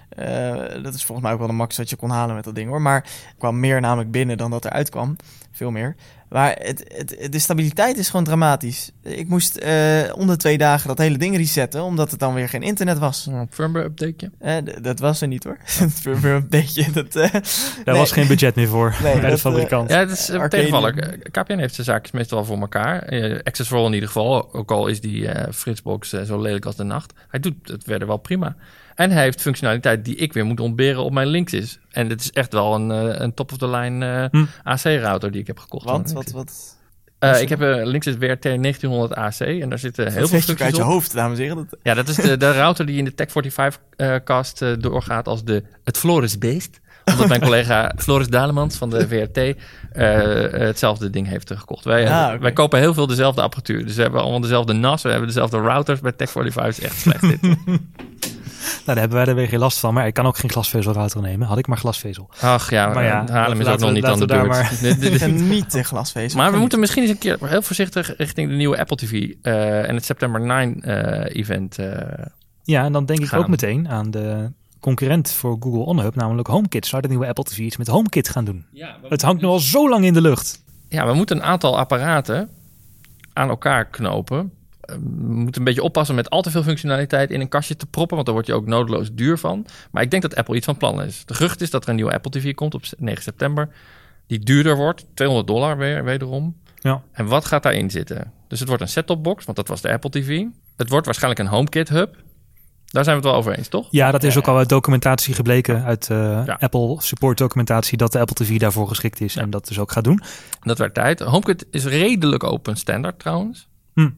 Dat is volgens mij ook wel de max wat je kon halen met dat ding hoor. Maar er kwam meer namelijk binnen dan dat er uitkwam. Veel meer. Maar de stabiliteit is gewoon dramatisch. Ik moest om de 2 dagen dat hele ding resetten, omdat het dan weer geen internet was. Een firmware-updateje? Dat was er niet hoor. Het firmware-updateje. Daar was geen budget meer voor bij de dat, fabrikant. Ja, het is tegenvallig. KPN heeft zijn zaakjes meestal wel voor elkaar. Access for All in ieder geval. Ook al is die Fritzbox zo lelijk als de nacht. Hij doet het verder wel prima. En hij heeft functionaliteit die ik weer moet ontberen op mijn Linksys. En dit is echt wel een top-of-the-line AC-router die ik heb gekocht. Wat? Ik heb een Linksys WRT 1900 AC en daar zitten heel veel functies uit je op. hoofd, dames en heren. Ja, dat is de router die in de Tech 45-cast doorgaat als het Floris Beest. Omdat mijn collega Floris Dalemans van de VRT hetzelfde ding heeft gekocht. Wij kopen heel veel dezelfde apparatuur. Dus we hebben allemaal dezelfde NAS, we hebben dezelfde routers. Bij Tech 45 is echt slecht dit. Nou, daar hebben wij er weer geen last van. Maar ik kan ook geen glasvezelrouter nemen. Had ik maar glasvezel. Ach ja, maar Haarlem is ook nog niet aan de beurt. Niet de glasvezel. Maar we moeten misschien eens een keer heel voorzichtig richting de nieuwe Apple TV en het September 9 event Ja, en dan denk ik gaan. ook meteen aan de concurrent voor Google OnHub, namelijk HomeKit. Zou de nieuwe Apple TV iets met HomeKit gaan doen? Ja, het hangt nu al zo lang in de lucht. Ja, we moeten een aantal apparaten aan elkaar knopen. We moeten een beetje oppassen met al te veel functionaliteit in een kastje te proppen, want daar word je ook nodeloos duur van. Maar ik denk dat Apple iets van plan is. De gerucht is dat er een nieuwe Apple TV komt op 9 september, die duurder wordt, $200 wederom. Ja. En wat gaat daarin zitten? Dus het wordt een set-top box, want dat was de Apple TV. Het wordt waarschijnlijk een HomeKit hub. Daar zijn we het wel over eens, toch? Ja, dat is ook al uit documentatie gebleken, uit Apple support documentatie, dat de Apple TV daarvoor geschikt is en dat dus ook gaat doen. Dat werd tijd. HomeKit is redelijk open standaard trouwens.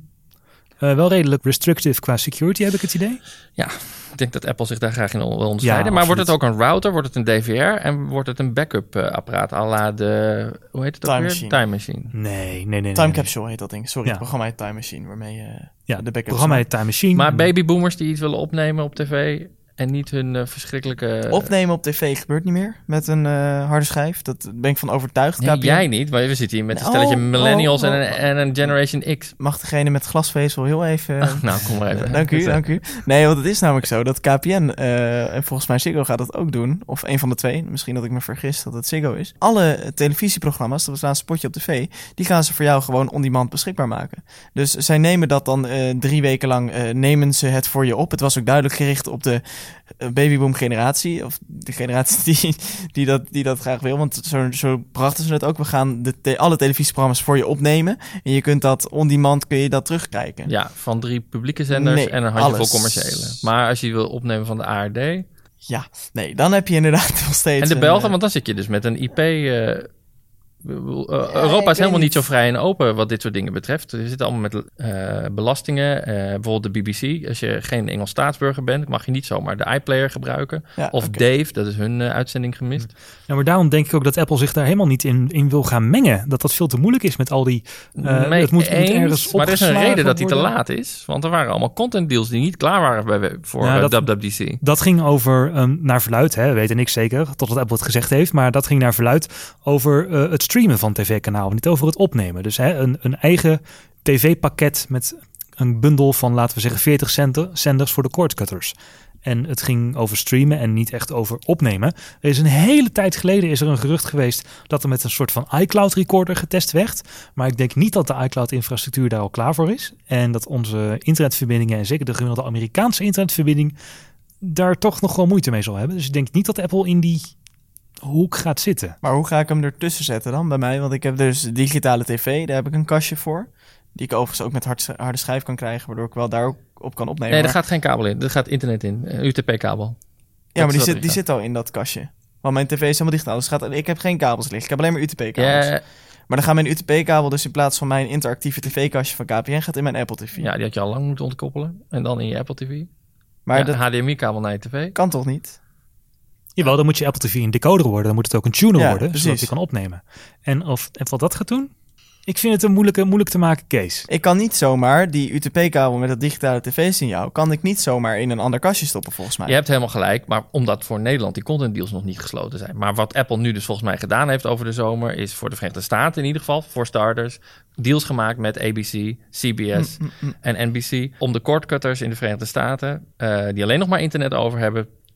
Wel redelijk restrictive qua security, heb ik het idee. Ja, ik denk dat Apple zich daar graag in wil onderscheiden. Ja, maar wordt het ook een router, wordt het een DVR en wordt het een backup apparaat à la de, hoe heet het ook weer? Time Machine. Nee. Time Capsule heet dat ding. Sorry, het programma heet Time Machine, waarmee de backup. Het programma heet Time Machine. Maar babyboomers die iets willen opnemen op tv en niet hun verschrikkelijke... Opnemen op tv gebeurt niet meer met een harde schijf. Dat ben ik van overtuigd. Nee, jij niet, maar we zitten hier met een stelletje millennials en een Generation X. Mag degene met glasvezel heel even... Nou, kom maar even. Dank u. Nee, want het is namelijk zo dat KPN, en volgens mij Ziggo gaat dat ook doen, of een van de twee, misschien dat ik me vergis dat het Ziggo is. Alle televisieprogramma's, dat was een spotje op tv, die gaan ze voor jou gewoon on-demand beschikbaar maken. Dus zij nemen dat dan 3 weken lang, nemen ze het voor je op. Het was ook duidelijk gericht op de babyboom generatie, of de generatie die dat graag wil, want zo brachten ze het ook. We gaan alle televisieprogramma's voor je opnemen en je kunt dat on-demand, kun je dat terugkijken. Ja, van 3 publieke zenders en een handjevol commerciële. Maar als je wil opnemen van de ARD... Ja, nee, dan heb je inderdaad nog steeds... En de Belgen, want dan zit je dus met een IP... Europa is helemaal niet zo vrij en open wat dit soort dingen betreft. We zitten allemaal met belastingen. Bijvoorbeeld de BBC. Als je geen Engels staatsburger bent, mag je niet zomaar de iPlayer gebruiken. Of Dave, dat is hun uitzending gemist. Ja, maar daarom denk ik ook dat Apple zich daar helemaal niet in wil gaan mengen. Dat veel te moeilijk is met al die... het moet ergens maar er is een reden dat hij te laat is. Want er waren allemaal content deals die niet klaar waren voor WWDC. Dat ging over, naar verluid, we weten niks zeker, totdat Apple het gezegd heeft. Maar dat ging naar verluid over het streamen van tv-kanaal, niet over het opnemen. Dus een eigen tv-pakket met een bundel van, laten we zeggen, 40 zenders voor de cordcutters. En het ging over streamen en niet echt over opnemen. Er is een hele tijd geleden een gerucht geweest dat er met een soort van iCloud recorder getest werd. Maar ik denk niet dat de iCloud-infrastructuur daar al klaar voor is. En dat onze internetverbindingen, en zeker de gemiddelde Amerikaanse internetverbinding, daar toch nog wel moeite mee zal hebben. Dus ik denk niet dat Apple in die hoek gaat zitten. Maar hoe ga ik hem ertussen zetten dan bij mij? Want ik heb dus digitale tv, daar heb ik een kastje voor. Die ik overigens ook met harde schijf kan krijgen, waardoor ik wel daar ook op kan opnemen. Nee, er gaat geen kabel in. Er gaat internet in. UTP-kabel. Ja, maar die zit al in dat kastje. Want mijn tv is helemaal digitaal. Dus ik heb geen kabels liggen. Ik heb alleen maar UTP-kabels. Ja. Maar dan gaat mijn UTP-kabel dus in plaats van mijn interactieve tv-kastje van KPN gaat in mijn Apple TV. Ja, die had je al lang moeten ontkoppelen. En dan in je Apple TV. Maar de HDMI-kabel naar je tv. Kan toch niet? Jawel, dan moet je Apple TV een decoder worden. Dan moet het ook een tuner worden, zodat je kan opnemen. En of Apple dat gaat doen? Ik vind het een moeilijk te maken case. Ik kan niet zomaar die UTP-kabel met dat digitale tv-signaal... kan ik niet zomaar in een ander kastje stoppen, volgens mij. Je hebt helemaal gelijk, maar omdat voor Nederland die content deals nog niet gesloten zijn. Maar wat Apple nu dus volgens mij gedaan heeft over de zomer... is voor de Verenigde Staten in ieder geval, voor starters... deals gemaakt met ABC, CBS en NBC... om de cordcutters in de Verenigde Staten... die alleen nog maar internet over hebben...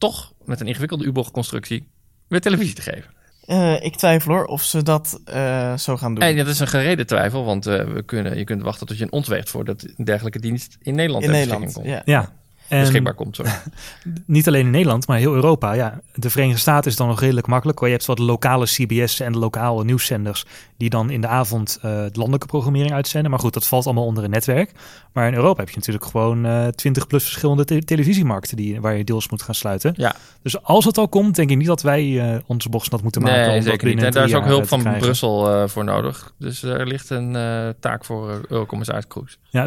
toch met een ingewikkelde U-bochtconstructie weer televisie te geven. Ik twijfel hoor of ze dat zo gaan doen. En dat is een gereden twijfel, want je kunt wachten tot je een ontweegt voordat een dergelijke dienst in Nederland komt. Ja. En beschikbaar komt. Sorry. Niet alleen in Nederland, maar heel Europa. Ja, de Verenigde Staten is dan nog redelijk makkelijk. Je hebt wat lokale CBS en de lokale nieuwszenders die dan in de avond landelijke programmering uitzenden. Maar goed, dat valt allemaal onder een netwerk. Maar in Europa heb je natuurlijk gewoon 20 plus verschillende televisiemarkten waar je deals moet gaan sluiten. Ja. Dus als het al komt, denk ik niet dat wij onze bocht moeten maken. Nee, om zeker dat niet. En daar is ook hulp van krijgen. Brussel voor nodig. Dus er ligt een taak voor Eurocommissaris Kroes. Ja,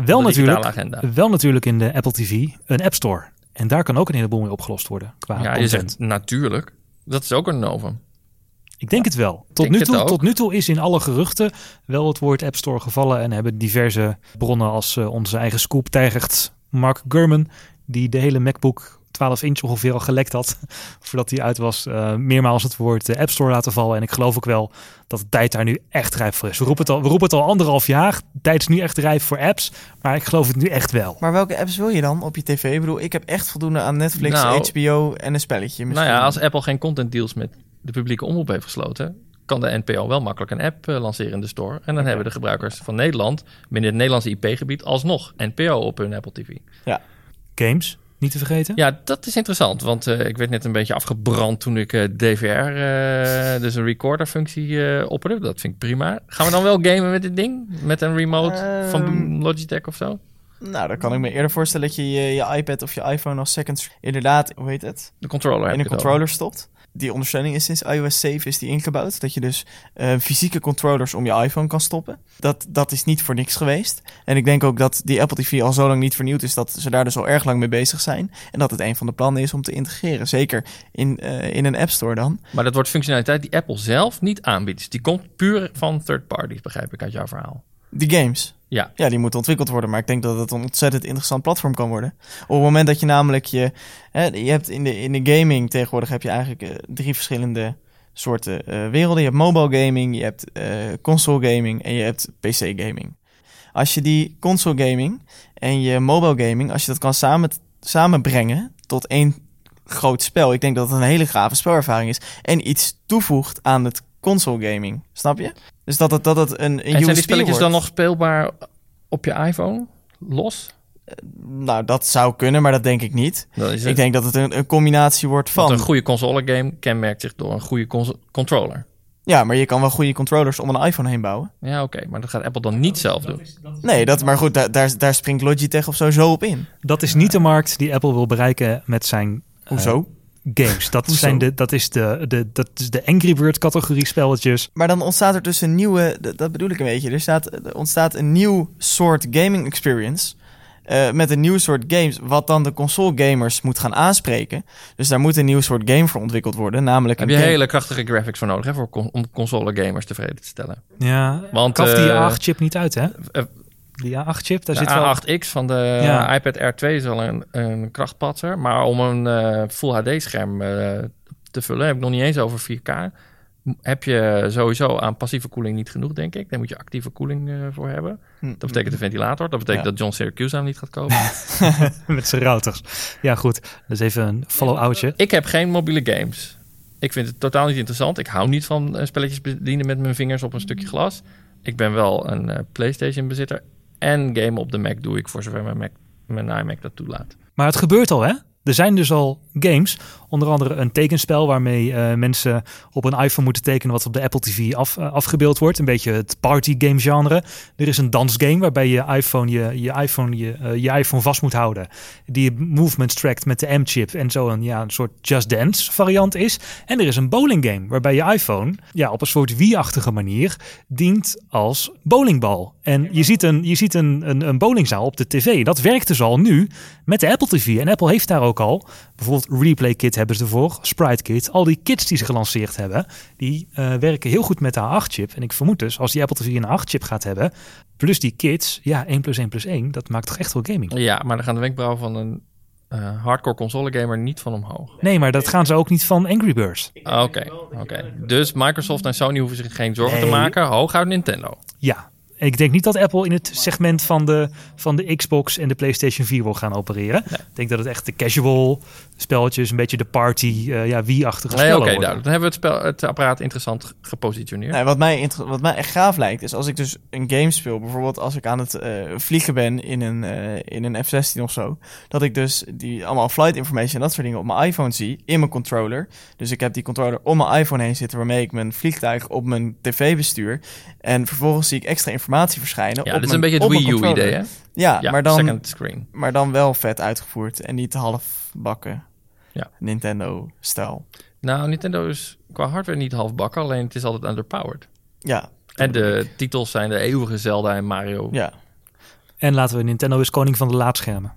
wel natuurlijk in de Apple TV een App Store. En daar kan ook een heleboel mee opgelost worden qua content. Je zegt natuurlijk. Dat is ook een novum. Ik denk het wel. Tot nu toe is in alle geruchten wel het woord App Store gevallen. En hebben diverse bronnen als onze eigen scoop-tijgert Mark Gurman, die de hele MacBook 12 inch ongeveer al gelekt had voordat hij uit was, meermaals het woord App Store laten vallen. En ik geloof ook wel dat de tijd daar nu echt rijp voor is. We roepen het al 1,5 jaar. De tijd is nu echt rijp voor apps, maar ik geloof het nu echt wel. Maar welke apps wil je dan op je tv? Ik bedoel, ik heb echt voldoende aan Netflix, HBO en een spelletje. Misschien. Nou ja, als Apple geen content deals met de publieke omroep heeft gesloten, kan de NPO wel makkelijk een app lanceren in de store. En dan hebben de gebruikers van Nederland binnen het Nederlandse IP-gebied alsnog NPO op hun Apple TV. Ja. Games, niet te vergeten. Ja, dat is interessant, want ik werd net een beetje afgebrand toen ik DVR, dus een recorder-functie opperde. Dat vind ik prima. Gaan we dan wel gamen met dit ding? Met een remote van Logitech of zo? Nou, dan kan ik me eerder voorstellen dat je je iPad of je iPhone als second, inderdaad, hoe heet het? De controller. In een controller stopt. Die ondersteuning is sinds iOS 7 is die ingebouwd. Dat je dus fysieke controllers om je iPhone kan stoppen. Dat is niet voor niks geweest. En ik denk ook dat die Apple TV al zo lang niet vernieuwd is, dat ze daar dus al erg lang mee bezig zijn. En dat het een van de plannen is om te integreren. Zeker in een App Store dan. Maar dat wordt functionaliteit die Apple zelf niet aanbiedt. Dus die komt puur van third parties, begrijp ik uit jouw verhaal. Die games? Ja, die moeten ontwikkeld worden. Maar ik denk dat het een ontzettend interessant platform kan worden. Op het moment dat je namelijk je hebt in de gaming tegenwoordig heb je eigenlijk 3 verschillende soorten werelden. Je hebt mobile gaming, je hebt console gaming en je hebt PC gaming. Als je die console gaming en je mobile gaming, als je dat kan samenbrengen tot één groot spel. Ik denk dat het een hele gave spelervaring is. En iets toevoegt aan het console gaming. Snap je? Dus dat het een en zijn die spelletjes wordt. Dan nog speelbaar op je iPhone? Los? Nou, dat zou kunnen, maar dat denk ik niet. Ik denk dat het een combinatie wordt van... Want een goede console game kenmerkt zich door een goede controller. Ja, maar je kan wel goede controllers om een iPhone heen bouwen. Ja, oké. Maar dat gaat Apple dan niet zelf doen. Nee, maar goed, daar springt Logitech of zo op in. Dat is niet de markt die Apple wil bereiken met zijn... Hoezo? Games. Dat is de Angry Bird categorie spelletjes. Maar dan ontstaat er dus een nieuwe... Dat bedoel ik een beetje. Er ontstaat een nieuw soort gaming experience... met een nieuw soort games... wat dan de console gamers moet gaan aanspreken. Dus daar moet een nieuw soort game voor ontwikkeld worden. Namelijk heb je hele krachtige graphics voor nodig... hè, om console gamers tevreden te stellen. Ja, want kaf die A8-chip niet uit, hè? Die A8-chip, daar zit wel... A8X van de iPad Air 2 is al een krachtpatser. Maar om een Full HD-scherm te vullen... heb ik nog niet eens over 4K... heb je sowieso aan passieve koeling niet genoeg, denk ik. Daar moet je actieve koeling voor hebben. Dat betekent de ventilator. Dat betekent dat John Syracuse hem niet gaat kopen. Met zijn routers. Ja, goed. Dat is even een follow-outje. Ik heb geen mobiele games. Ik vind het totaal niet interessant. Ik hou niet van spelletjes bedienen met mijn vingers op een stukje glas. Ik ben wel een PlayStation-bezitter. En gamen op de Mac doe ik voor zover mijn iMac dat toelaat. Maar het gebeurt al, hè? Er zijn dus al games, onder andere een tekenspel waarmee mensen op een iPhone moeten tekenen wat op de Apple TV afgebeeld wordt. Een beetje het party game genre. Er is een dansgame waarbij je iPhone vast moet houden. Die movements trackt met de M-chip en zo een soort Just Dance variant is. En er is een bowling game waarbij je iPhone op een soort Wii-achtige manier dient als bowlingbal. En je ziet een bowlingzaal op de tv. Dat werkt dus al nu met de Apple TV. En Apple heeft daar ook al, bijvoorbeeld Replay Kit hebben ze ervoor, Sprite Kit, al die kits die ze gelanceerd hebben, die werken heel goed met de A8-chip. En ik vermoed dus, als die Apple TV een A8-chip gaat hebben, plus die kits, 1 + 1 + 1, dat maakt toch echt wel gaming. Ja, maar dan gaan de wenkbrauwen van een hardcore console gamer niet van omhoog. Nee, maar dat gaan ze ook niet van Angry Birds. Oké. Dus Microsoft en Sony hoeven zich geen zorgen te maken, hooguit Nintendo. Ja. Ik denk niet dat Apple in het segment van de Xbox en de PlayStation 4 wil gaan opereren. Nee. Ik denk dat het echt de casual spelletjes, een beetje de party, Wii-achtige spellen worden. Dan hebben we het apparaat interessant gepositioneerd. Nee, wat mij echt gaaf lijkt, is als ik dus een game speel, bijvoorbeeld als ik aan het vliegen ben in een F-16 of zo, dat ik dus die allemaal flight information en dat soort dingen op mijn iPhone zie, in mijn controller. Dus ik heb die controller om mijn iPhone heen zitten, waarmee ik mijn vliegtuig op mijn tv bestuur. En vervolgens zie ik extra informatie verschijnen. Ja, dat is een beetje het Wii U-idee, hè? Ja, second screen. Maar dan wel vet uitgevoerd en niet halfbakken. Ja. Nintendo-stijl. Nou, Nintendo is qua hardware niet halfbakken, alleen het is altijd underpowered. Ja. En de titels zijn de eeuwige Zelda en Mario. Ja. En laten we, Nintendo is koning van de laadschermen.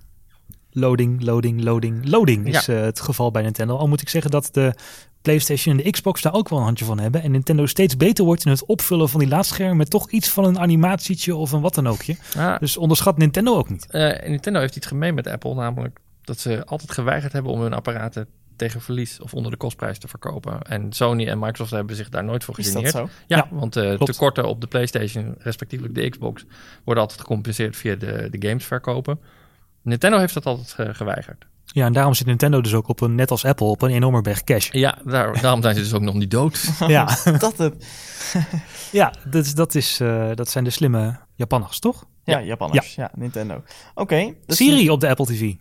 Loading is het geval bij Nintendo. Al moet ik zeggen dat de PlayStation en de Xbox daar ook wel een handje van hebben. En Nintendo steeds beter wordt in het opvullen van die laadschermen met toch iets van een animatietje of een wat dan ookje. Dus onderschat Nintendo ook niet. Nintendo heeft iets gemeen met Apple, namelijk dat ze altijd geweigerd hebben om hun apparaten tegen verlies of onder de kostprijs te verkopen. En Sony en Microsoft hebben zich daar nooit voor gegeneerd. Is dat zo? Ja, want tekorten op de PlayStation, respectievelijk de Xbox, worden altijd gecompenseerd via de games verkopen. Nintendo heeft dat altijd geweigerd. Ja, en daarom zit Nintendo dus ook net als Apple op een enorme berg cash. Ja, daarom zijn ze dus ook nog niet dood. Ja, dat het. Ja, dat zijn de slimme Japanners, toch? Ja, Japanners. Ja, Nintendo. Oké. Dus Siri op de Apple TV.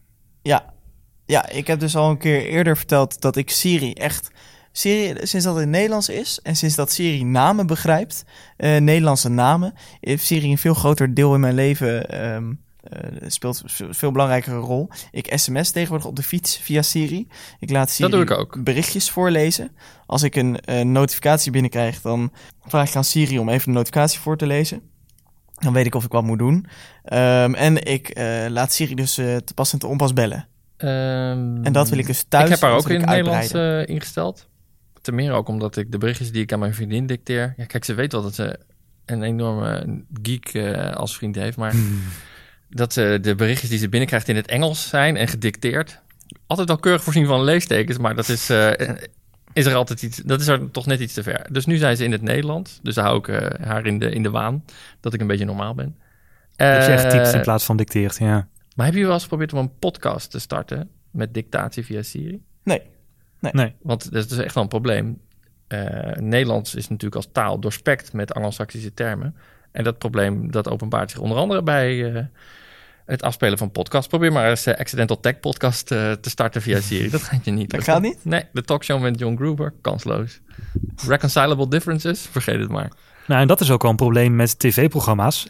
Ja, ik heb dus al een keer eerder verteld dat ik Siri, sinds dat het in Nederlands is en sinds dat Siri namen begrijpt, Nederlandse namen, heeft Siri een veel groter deel in mijn leven speelt een veel belangrijkere rol. Ik sms tegenwoordig op de fiets via Siri. Ik laat Siri berichtjes voorlezen. Als ik een notificatie binnenkrijg, dan vraag ik aan Siri om even de notificatie voor te lezen. Dan weet ik of ik wat moet doen. En ik laat Siri dus te pas en te onpas bellen. En dat wil ik dus thuis. Ik heb haar ook in het Nederlands ingesteld. Ten meer ook omdat ik de berichtjes die ik aan mijn vriendin dicteer. Ja, kijk, ze weet wel dat ze een enorme geek als vriend heeft, maar dat de berichtjes die ze binnenkrijgt in het Engels zijn en gedicteerd. Altijd wel keurig voorzien van leestekens, maar dat is er altijd iets. Dat is er toch net iets te ver. Dus nu zijn ze in het Nederlands. Dus daar hou ik haar in de waan dat ik een beetje normaal ben. Dat je echt typt in plaats van dicteert, ja. Maar heb je wel eens geprobeerd om een podcast te starten met dictatie via Siri? Nee. Want dat is echt wel een probleem. Nederlands is natuurlijk als taal doorspekt met Anglo-Saxische termen. En dat probleem dat openbaart zich onder andere bij het afspelen van podcasts. Probeer maar eens Accidental Tech Podcast te starten via Siri. Dat gaat je niet. Dat gaat niet? Nee, de talkshow met John Gruber, kansloos. Reconcilable Differences, vergeet het maar. Nou, en dat is ook wel een probleem met tv-programma's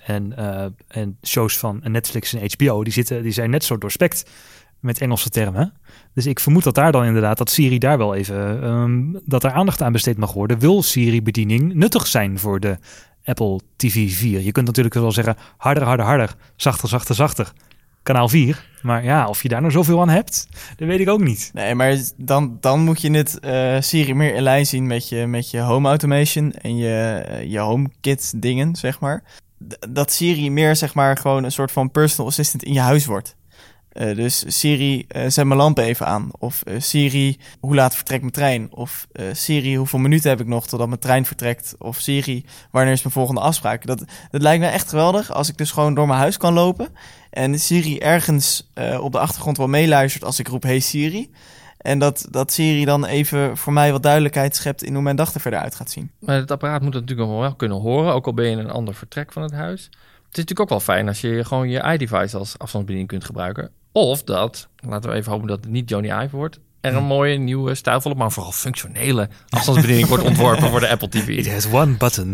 en shows van Netflix en HBO. Die zijn net zo doorspekt met Engelse termen. Dus ik vermoed dat daar dan inderdaad, dat Siri daar wel even, dat er aandacht aan besteed mag worden. Wil Siri-bediening nuttig zijn voor de Apple TV 4? Je kunt natuurlijk wel zeggen, harder, zachter. Kanaal 4. Maar ja, of je daar nou zoveel aan hebt, dat weet ik ook niet. Nee, maar dan moet je het Siri meer in lijn zien met je home automation en je HomeKit dingen, zeg maar. Dat Siri meer, zeg maar, gewoon een soort van personal assistant in je huis wordt. Dus Siri, zet mijn lampen even aan. Of Siri, hoe laat vertrekt mijn trein? Of Siri, hoeveel minuten heb ik nog totdat mijn trein vertrekt? Of Siri, wanneer is mijn volgende afspraak? Dat lijkt me echt geweldig als ik dus gewoon door mijn huis kan lopen. En Siri ergens op de achtergrond wel meeluistert als ik roep, hey Siri. En dat Siri dan even voor mij wat duidelijkheid schept in hoe mijn dag er verder uit gaat zien. Maar het apparaat moet het natuurlijk wel kunnen horen, ook al ben je in een ander vertrek van het huis. Het is natuurlijk ook wel fijn als je gewoon je iDevice als afstandsbediening kunt gebruiken. Of dat, laten we even hopen dat het niet Johnny Ive wordt, er een mooie, nieuwe, stijlvolle, maar vooral functionele afstandsbediening wordt ontworpen voor de Apple TV. It has one button.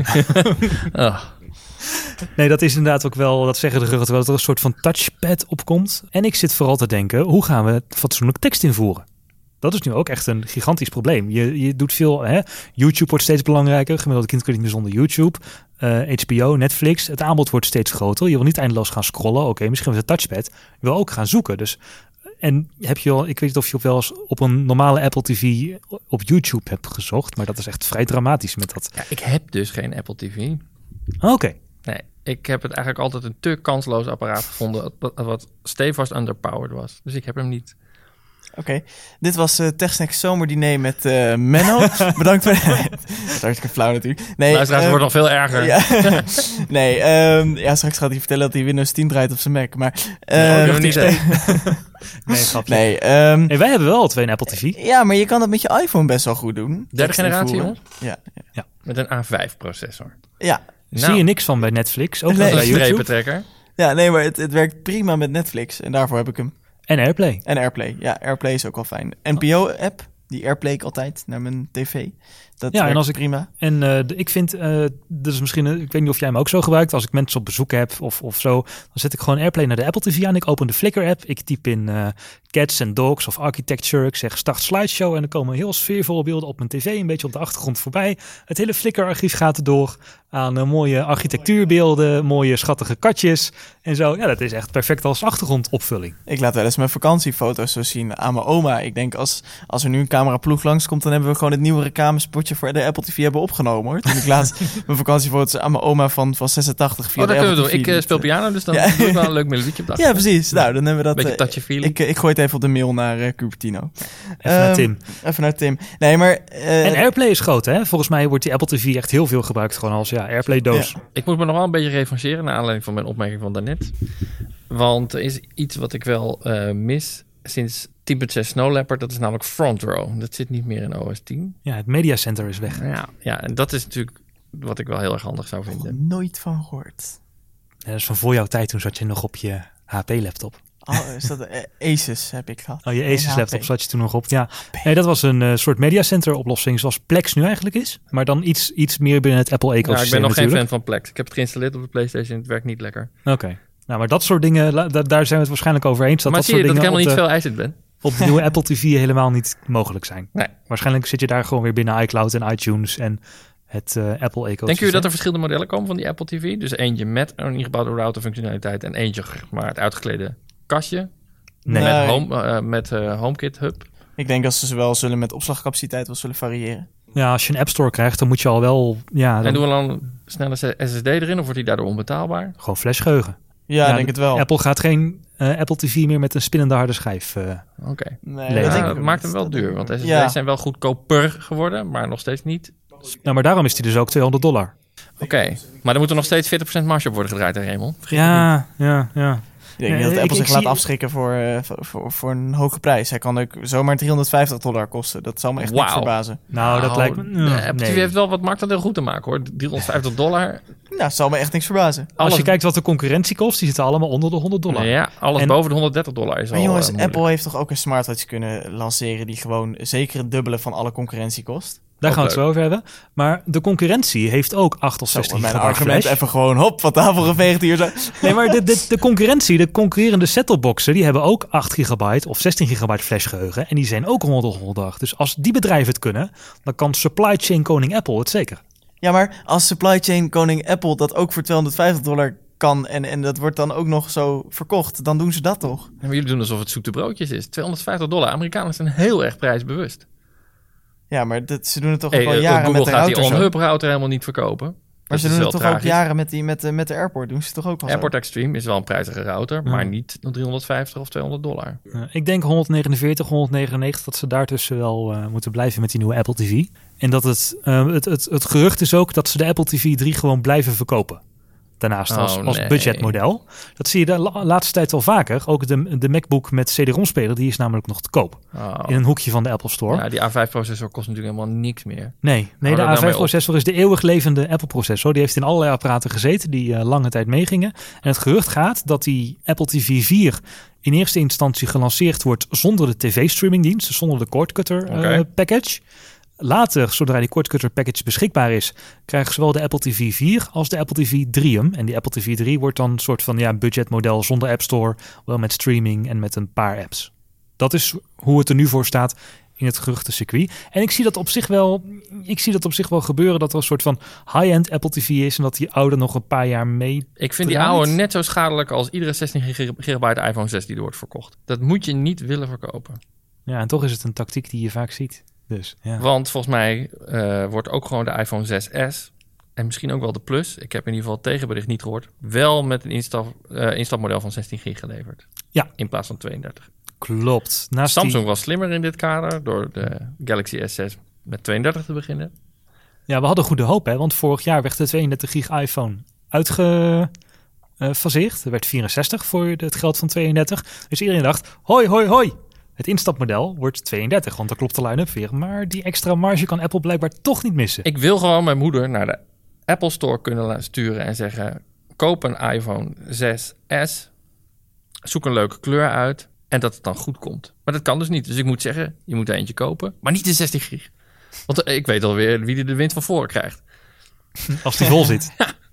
Nee, dat is inderdaad ook wel, dat zeggen de geruchten wel, dat er een soort van touchpad opkomt. En ik zit vooral te denken, hoe gaan we fatsoenlijk tekst invoeren? Dat is nu ook echt een gigantisch probleem. Je doet veel, hè? YouTube wordt steeds belangrijker. Gemiddelde kind kunt niet meer zonder YouTube. HBO, Netflix. Het aanbod wordt steeds groter. Je wil niet eindeloos gaan scrollen. Oké, misschien met een touchpad. Je wil ook gaan zoeken. Dus, en heb je al, ik weet niet of je wel eens op een normale Apple TV op YouTube hebt gezocht. Maar dat is echt vrij dramatisch met dat. Ja, ik heb dus geen Apple TV. Oké. Nee, ik heb het eigenlijk altijd een te kansloos apparaat gevonden. Wat stevast underpowered was. Dus ik heb hem niet. Oké. Dit was TechSnacks zomerdiner met Menno. Bedankt voor... Dat is hartstikke flauw natuurlijk. Nee, Luisteraars wordt nog veel erger. Ja. Nee, straks gaat hij vertellen dat hij Windows 10 draait op zijn Mac. Maar... nog niet, hè? Nee, grapje. Nee, Hey, wij hebben wel al 2 Apple TV. ja, maar je kan dat met je iPhone best wel goed doen. Derde generatie, jongens? jongens? Ja. Met een A5-processor. Ja. Zie je niks van bij Netflix, ook Nee. niet Een bij YouTube. strepentrekker. Ja, nee, maar het werkt prima met Netflix. En daarvoor heb ik hem. En AirPlay. En AirPlay. Ja, AirPlay is ook wel fijn. NPO-app, die AirPlay ik altijd naar mijn tv. Dat Ja, en werkt als ik- prima. En ik vind, dat is misschien, ik weet niet of jij hem ook zo gebruikt. Als ik mensen op bezoek heb of zo, dan zet ik gewoon AirPlay naar de Apple TV aan. Ik open de Flickr-app, ik typ in cats and dogs of architecture. Ik zeg start slideshow en dan komen heel sfeervolle beelden op mijn tv, een beetje op de achtergrond voorbij. Het hele Flickr-archief gaat erdoor aan mooie architectuurbeelden, mooie schattige katjes en zo. Ja, dat is echt perfect als achtergrondopvulling. Ik laat wel eens mijn vakantiefoto's zo zien aan mijn oma. Ik denk, als er nu een cameraploeg langskomt, dan hebben we gewoon het nieuwe reclamespotje voor de Apple TV hebben opgenomen, hoor. Toen ik laatst mijn vakantiefoto's aan mijn oma van 86 via Oh, dat de kunnen we Apple doen. TV. Ik speel piano, dus dan Ja. doe ik wel een leuk melodietje op de Ja, precies. Nou, dan hebben we dat... Beetje touchy feeling. ik gooi het even op de mail naar Cupertino. Even naar Tim. Even naar Tim. Nee, maar... En AirPlay is groot, hè? Volgens mij wordt die Apple TV echt heel veel gebruikt, gewoon als AirPlay-doos. Ja. Ik moet me nog wel een beetje revancheren naar aanleiding van mijn opmerking van daarnet. Want er is iets wat ik wel mis sinds 10.6 Snow Leopard. Dat is namelijk Front Row. Dat zit niet meer in OS 10. Ja, het Media Center is weg. Ja, en dat is natuurlijk wat ik wel heel erg handig zou vinden. nooit van gehoord. Ja, dat is van voor jouw tijd, toen zat je nog op je HP-laptop. Oh, is dat Asus heb ik gehad. Oh, je Asus Geen laptop HP. zat je toen nog op. Ja, nee, dat was een soort Media Center oplossing zoals Plex nu eigenlijk is. Maar dan iets meer binnen het Apple Ja, ecosysteem ik ben nog geen natuurlijk. fan van Plex. Ik heb het geïnstalleerd op de PlayStation. Het werkt niet lekker. Oké. Nou, maar dat soort dingen, daar zijn we het waarschijnlijk over eens. maar zie je soort dat ik dingen helemaal niet veel eisend ben? op de nieuwe Apple TV helemaal niet mogelijk zijn. Nee. Waarschijnlijk zit je daar gewoon weer binnen iCloud en iTunes en het Apple ecosysteem. Denken jullie dat er verschillende modellen komen van die Apple TV? Dus eentje met een ingebouwde routerfunctionaliteit en eentje maar het uitgeklede kastje. Nee. Met HomeKit Hub. Ik denk dat ze wel zullen met opslagcapaciteit wel zullen variëren. Ja, als je een App Store krijgt, dan moet je al wel... Ja, En dan doen we dan snelle SSD erin of wordt die daardoor onbetaalbaar? gewoon flashgeheugen. Ja, ik denk het wel. Apple gaat geen Apple TV meer met een spinnende harde schijf. Oké. Nee, Nee, dat Ja, denk ik dat ook maakt niet. hem wel duur, want SSD's Ja. zijn wel goedkoper geworden, maar nog steeds niet. Nou, maar daarom is die dus ook $200. Oké, maar er moet er nog steeds 40% marge op worden gedraaid, hè, Raymond? Ja. Ik denk niet dat ik- Apple ik zich laat zie- afschrikken voor een hoge prijs. Hij kan ook zomaar $350 kosten. Dat zal me echt niet Wauw. verbazen. Nou, dat lijkt me... de Apple TV heeft wel wat marktendeel goed te maken, hoor. $350. Nou, dat zal me echt niks verbazen. Als je kijkt wat de concurrentie kost, die zitten allemaal onder de $100. Ja, alles En- boven de $130 is al Maar jongens, moeilijk. Apple heeft toch ook een smartwatch kunnen lanceren die gewoon zeker het dubbele van alle concurrentie kost? Daar Ook gaan we het zo over hebben. Maar de concurrentie heeft ook 8 of Zo, 16 mijn gigabyte argument flash. even gewoon hop van tafel geveegd hier zo. Nee, maar de concurrentie, de concurrerende set-topboxen, die hebben ook 8 gigabyte of 16 gigabyte flashgeheugen. En die zijn ook rond de $100. Dus als die bedrijven het kunnen, dan kan supply chain koning Apple het zeker. Ja, maar als supply chain koning Apple dat ook voor $250 kan en dat wordt dan ook nog zo verkocht, dan doen ze dat toch? Ja, maar jullie doen alsof het zoete broodjes is. $250. Amerikanen zijn heel erg prijsbewust. Ja, maar ze doen het toch ook al jaren Google met de gaat die router zo. on-hub router helemaal niet verkopen. Maar Dat ze is doen wel het toch ook tragisch. jaren met de Airport. Doen ze toch ook al zo? Airport Extreme is wel een prijzige router, maar niet $350 of $200. Ik denk 149, 199 dat ze daartussen wel moeten blijven met die nieuwe Apple TV. En dat het gerucht is ook dat ze de Apple TV 3 gewoon blijven verkopen. Daarnaast als nee. budgetmodel. Dat zie je de laatste tijd wel vaker. Ook de MacBook met CD-ROM-speler, die is namelijk nog te koop. Oh. In een hoekje van de Apple Store. Ja, die A5-processor kost natuurlijk helemaal niks meer. Nee, Hou de dat nou mee A5-processor is de eeuwig levende Apple-processor. Die heeft in allerlei apparaten gezeten die lange tijd meegingen. En het gerucht gaat dat die Apple TV 4 in eerste instantie gelanceerd wordt zonder de tv-streamingdienst, dus zonder de cord cutter Oké. package. Later, zodra die cord cutter package beschikbaar is, krijgen zowel de Apple TV 4 als de Apple TV 3 hem. En die Apple TV 3 wordt dan een soort van budgetmodel zonder App Store, wel met streaming en met een paar apps. Dat is hoe het er nu voor staat in het geruchtencircuit. En ik zie dat op zich wel gebeuren, dat er een soort van high-end Apple TV is en dat die oude nog een paar jaar mee. Ik vind die draait. oude net zo schadelijk als iedere 16 gigabyte iPhone 6 die er wordt verkocht. Dat moet je niet willen verkopen. Ja, en toch is het een tactiek die je vaak ziet. Dus, ja. Want volgens mij wordt ook gewoon de iPhone 6S en misschien ook wel de Plus, ik heb in ieder geval het tegenbericht niet gehoord, wel met een instapmodel van 16 gig geleverd. Ja. In plaats van 32. Klopt. Naast Samsung was slimmer in dit kader door de Galaxy S6 met 32 te beginnen. Ja, we hadden goede hoop, hè? Want vorig jaar werd de 32 gig iPhone uitgefaseerd. Er werd 64 voor het geld van 32. Dus iedereen dacht, hoi, hoi, hoi. Het instapmodel wordt 32, want dan klopt de line-up weer. Maar die extra marge kan Apple blijkbaar toch niet missen. Ik wil gewoon mijn moeder naar de Apple Store kunnen sturen en zeggen... koop een iPhone 6S, zoek een leuke kleur uit... en dat het dan goed komt. Maar dat kan dus niet. Dus ik moet zeggen, je moet er eentje kopen, maar niet de 16 gig. Want ik weet alweer wie er de wind van voren krijgt. Als die vol zit.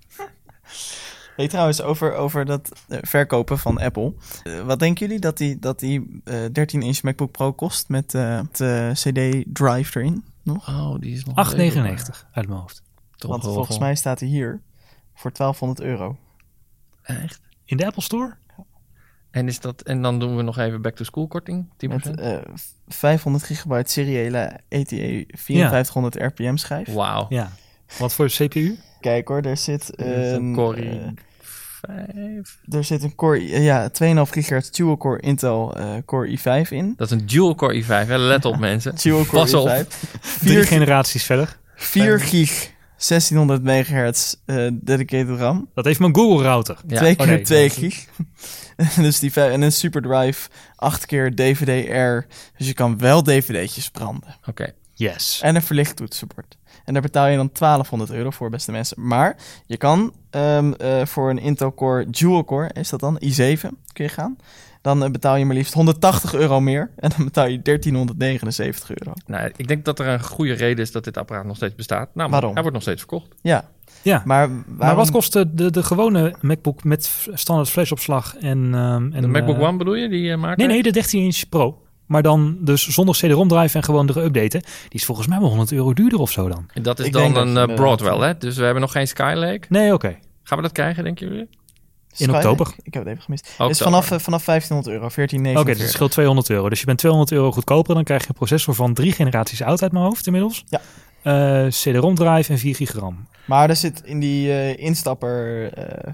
Hey, trouwens, over dat verkopen van Apple. Wat denken jullie dat die 13-inch MacBook Pro kost met de CD-drive erin nog? Oh, die is nog... $8,99 uit mijn hoofd. Want volgens mij staat hij hier voor €1200. Echt? In de Apple Store? En dan doen we nog even back-to-school korting, 10%? Met 500 gigabyte seriële ATA 5400 RPM schijf. Wauw. Ja. Wat voor CPU? Kijk hoor, er zit een Core i5. Er zit een Core, 2,5 gigahertz dual-core Intel Core i5 in. Dat is een dual-core i5, hè? Let op mensen. Dual-core Pas op. i5. 3 generaties verder. 4 gig 1600 megahertz dedicated RAM. Dat heeft mijn Google router. Ja. 2 keer nee. 2 gig. Dus en een SuperDrive 8 keer DVD-R. Dus je kan wel dvd'tjes branden. Oké. Yes. En een verlicht toetsenbord. En daar betaal je dan €1200 voor, beste mensen. Maar je kan voor een Intel Core dual-core, is dat dan? i7 kun je gaan. Dan betaal je maar liefst €180 meer. En dan betaal je €1379. Nou, ik denk dat er een goede reden is dat dit apparaat nog steeds bestaat. Nou, Waarom? Hij wordt nog steeds verkocht. Ja, Ja. maar Maar wat kost de gewone MacBook met standaard flashopslag en De MacBook One bedoel je, die maakt? Nee, de 13-inch Pro. Maar dan dus zonder CD-ROM drive en gewoon de updaten. Die is volgens mij wel €100 duurder of zo dan. Dat is Ik dan denk dat een Broadwell, hè? Dus we hebben nog geen Skylake. Nee, oké. Gaan we dat krijgen, denken jullie? In oktober. Ik heb het even gemist. Ook Dus zo. vanaf €1500, €1449. Oké, dus het scheelt €200. Dus je bent €200 goedkoper. Dan krijg je een processor van 3 generaties oud uit mijn hoofd inmiddels. Ja. CD-ROM drive en 4 gig RAM. Maar er zit in die instapper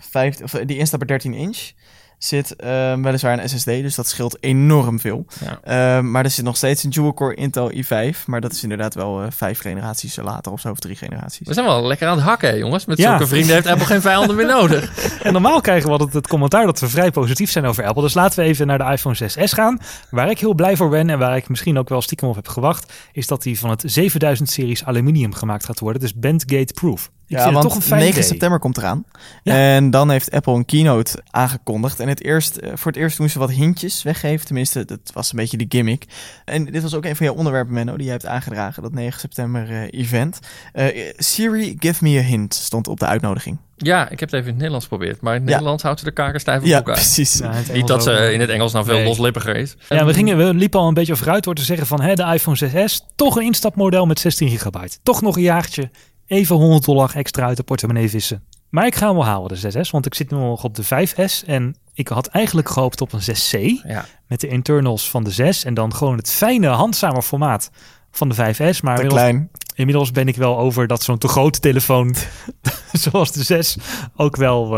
13-inch zit weliswaar een SSD, dus dat scheelt enorm veel. Ja. Maar er zit nog steeds een dual-core Intel i5, maar dat is inderdaad wel 5 generaties later of zo, of 3 generaties. We zijn wel lekker aan het hakken, hè, jongens. Met Ja. zulke vrienden heeft Apple geen vijanden meer nodig. En normaal krijgen we altijd het commentaar dat we vrij positief zijn over Apple. Dus laten we even naar de iPhone 6s gaan. Waar ik heel blij voor ben en waar ik misschien ook wel stiekem op heb gewacht, is dat die van het 7000-series aluminium gemaakt gaat worden. Dus bendgate-proof. Ik vind het toch een fijn 9 idee. september komt eraan. Ja. En dan heeft Apple een keynote aangekondigd. En voor het eerst doen ze wat hintjes weggeven. Tenminste, dat was een beetje de gimmick. En dit was ook een van jouw onderwerpen, Menno, die jij hebt aangedragen. Dat 9 september event. Siri, give me a hint, stond op de uitnodiging. Ja, ik heb het even in het Nederlands geprobeerd. Maar in het Nederlands houdt ze de kaken stijf op Ja, elkaar. precies. Ja, het Niet Engels dat ze ook. in het Engels nou veel Nee. loslippiger is. Ja, we liepen al een beetje vooruit door te zeggen van de iPhone 6s, toch een instapmodel met 16 gigabyte. Toch nog een jaartje, even $100 extra uit de portemonnee vissen. Maar ik ga hem wel halen, de 6s, want ik zit nu nog op de 5S en ik had eigenlijk gehoopt op een 6C Ja. met de internals van de 6 en dan gewoon het fijne, handzame formaat van de 5S. Maar Te klein. inmiddels ben ik wel over dat zo'n te grote telefoon, zoals de 6, ook wel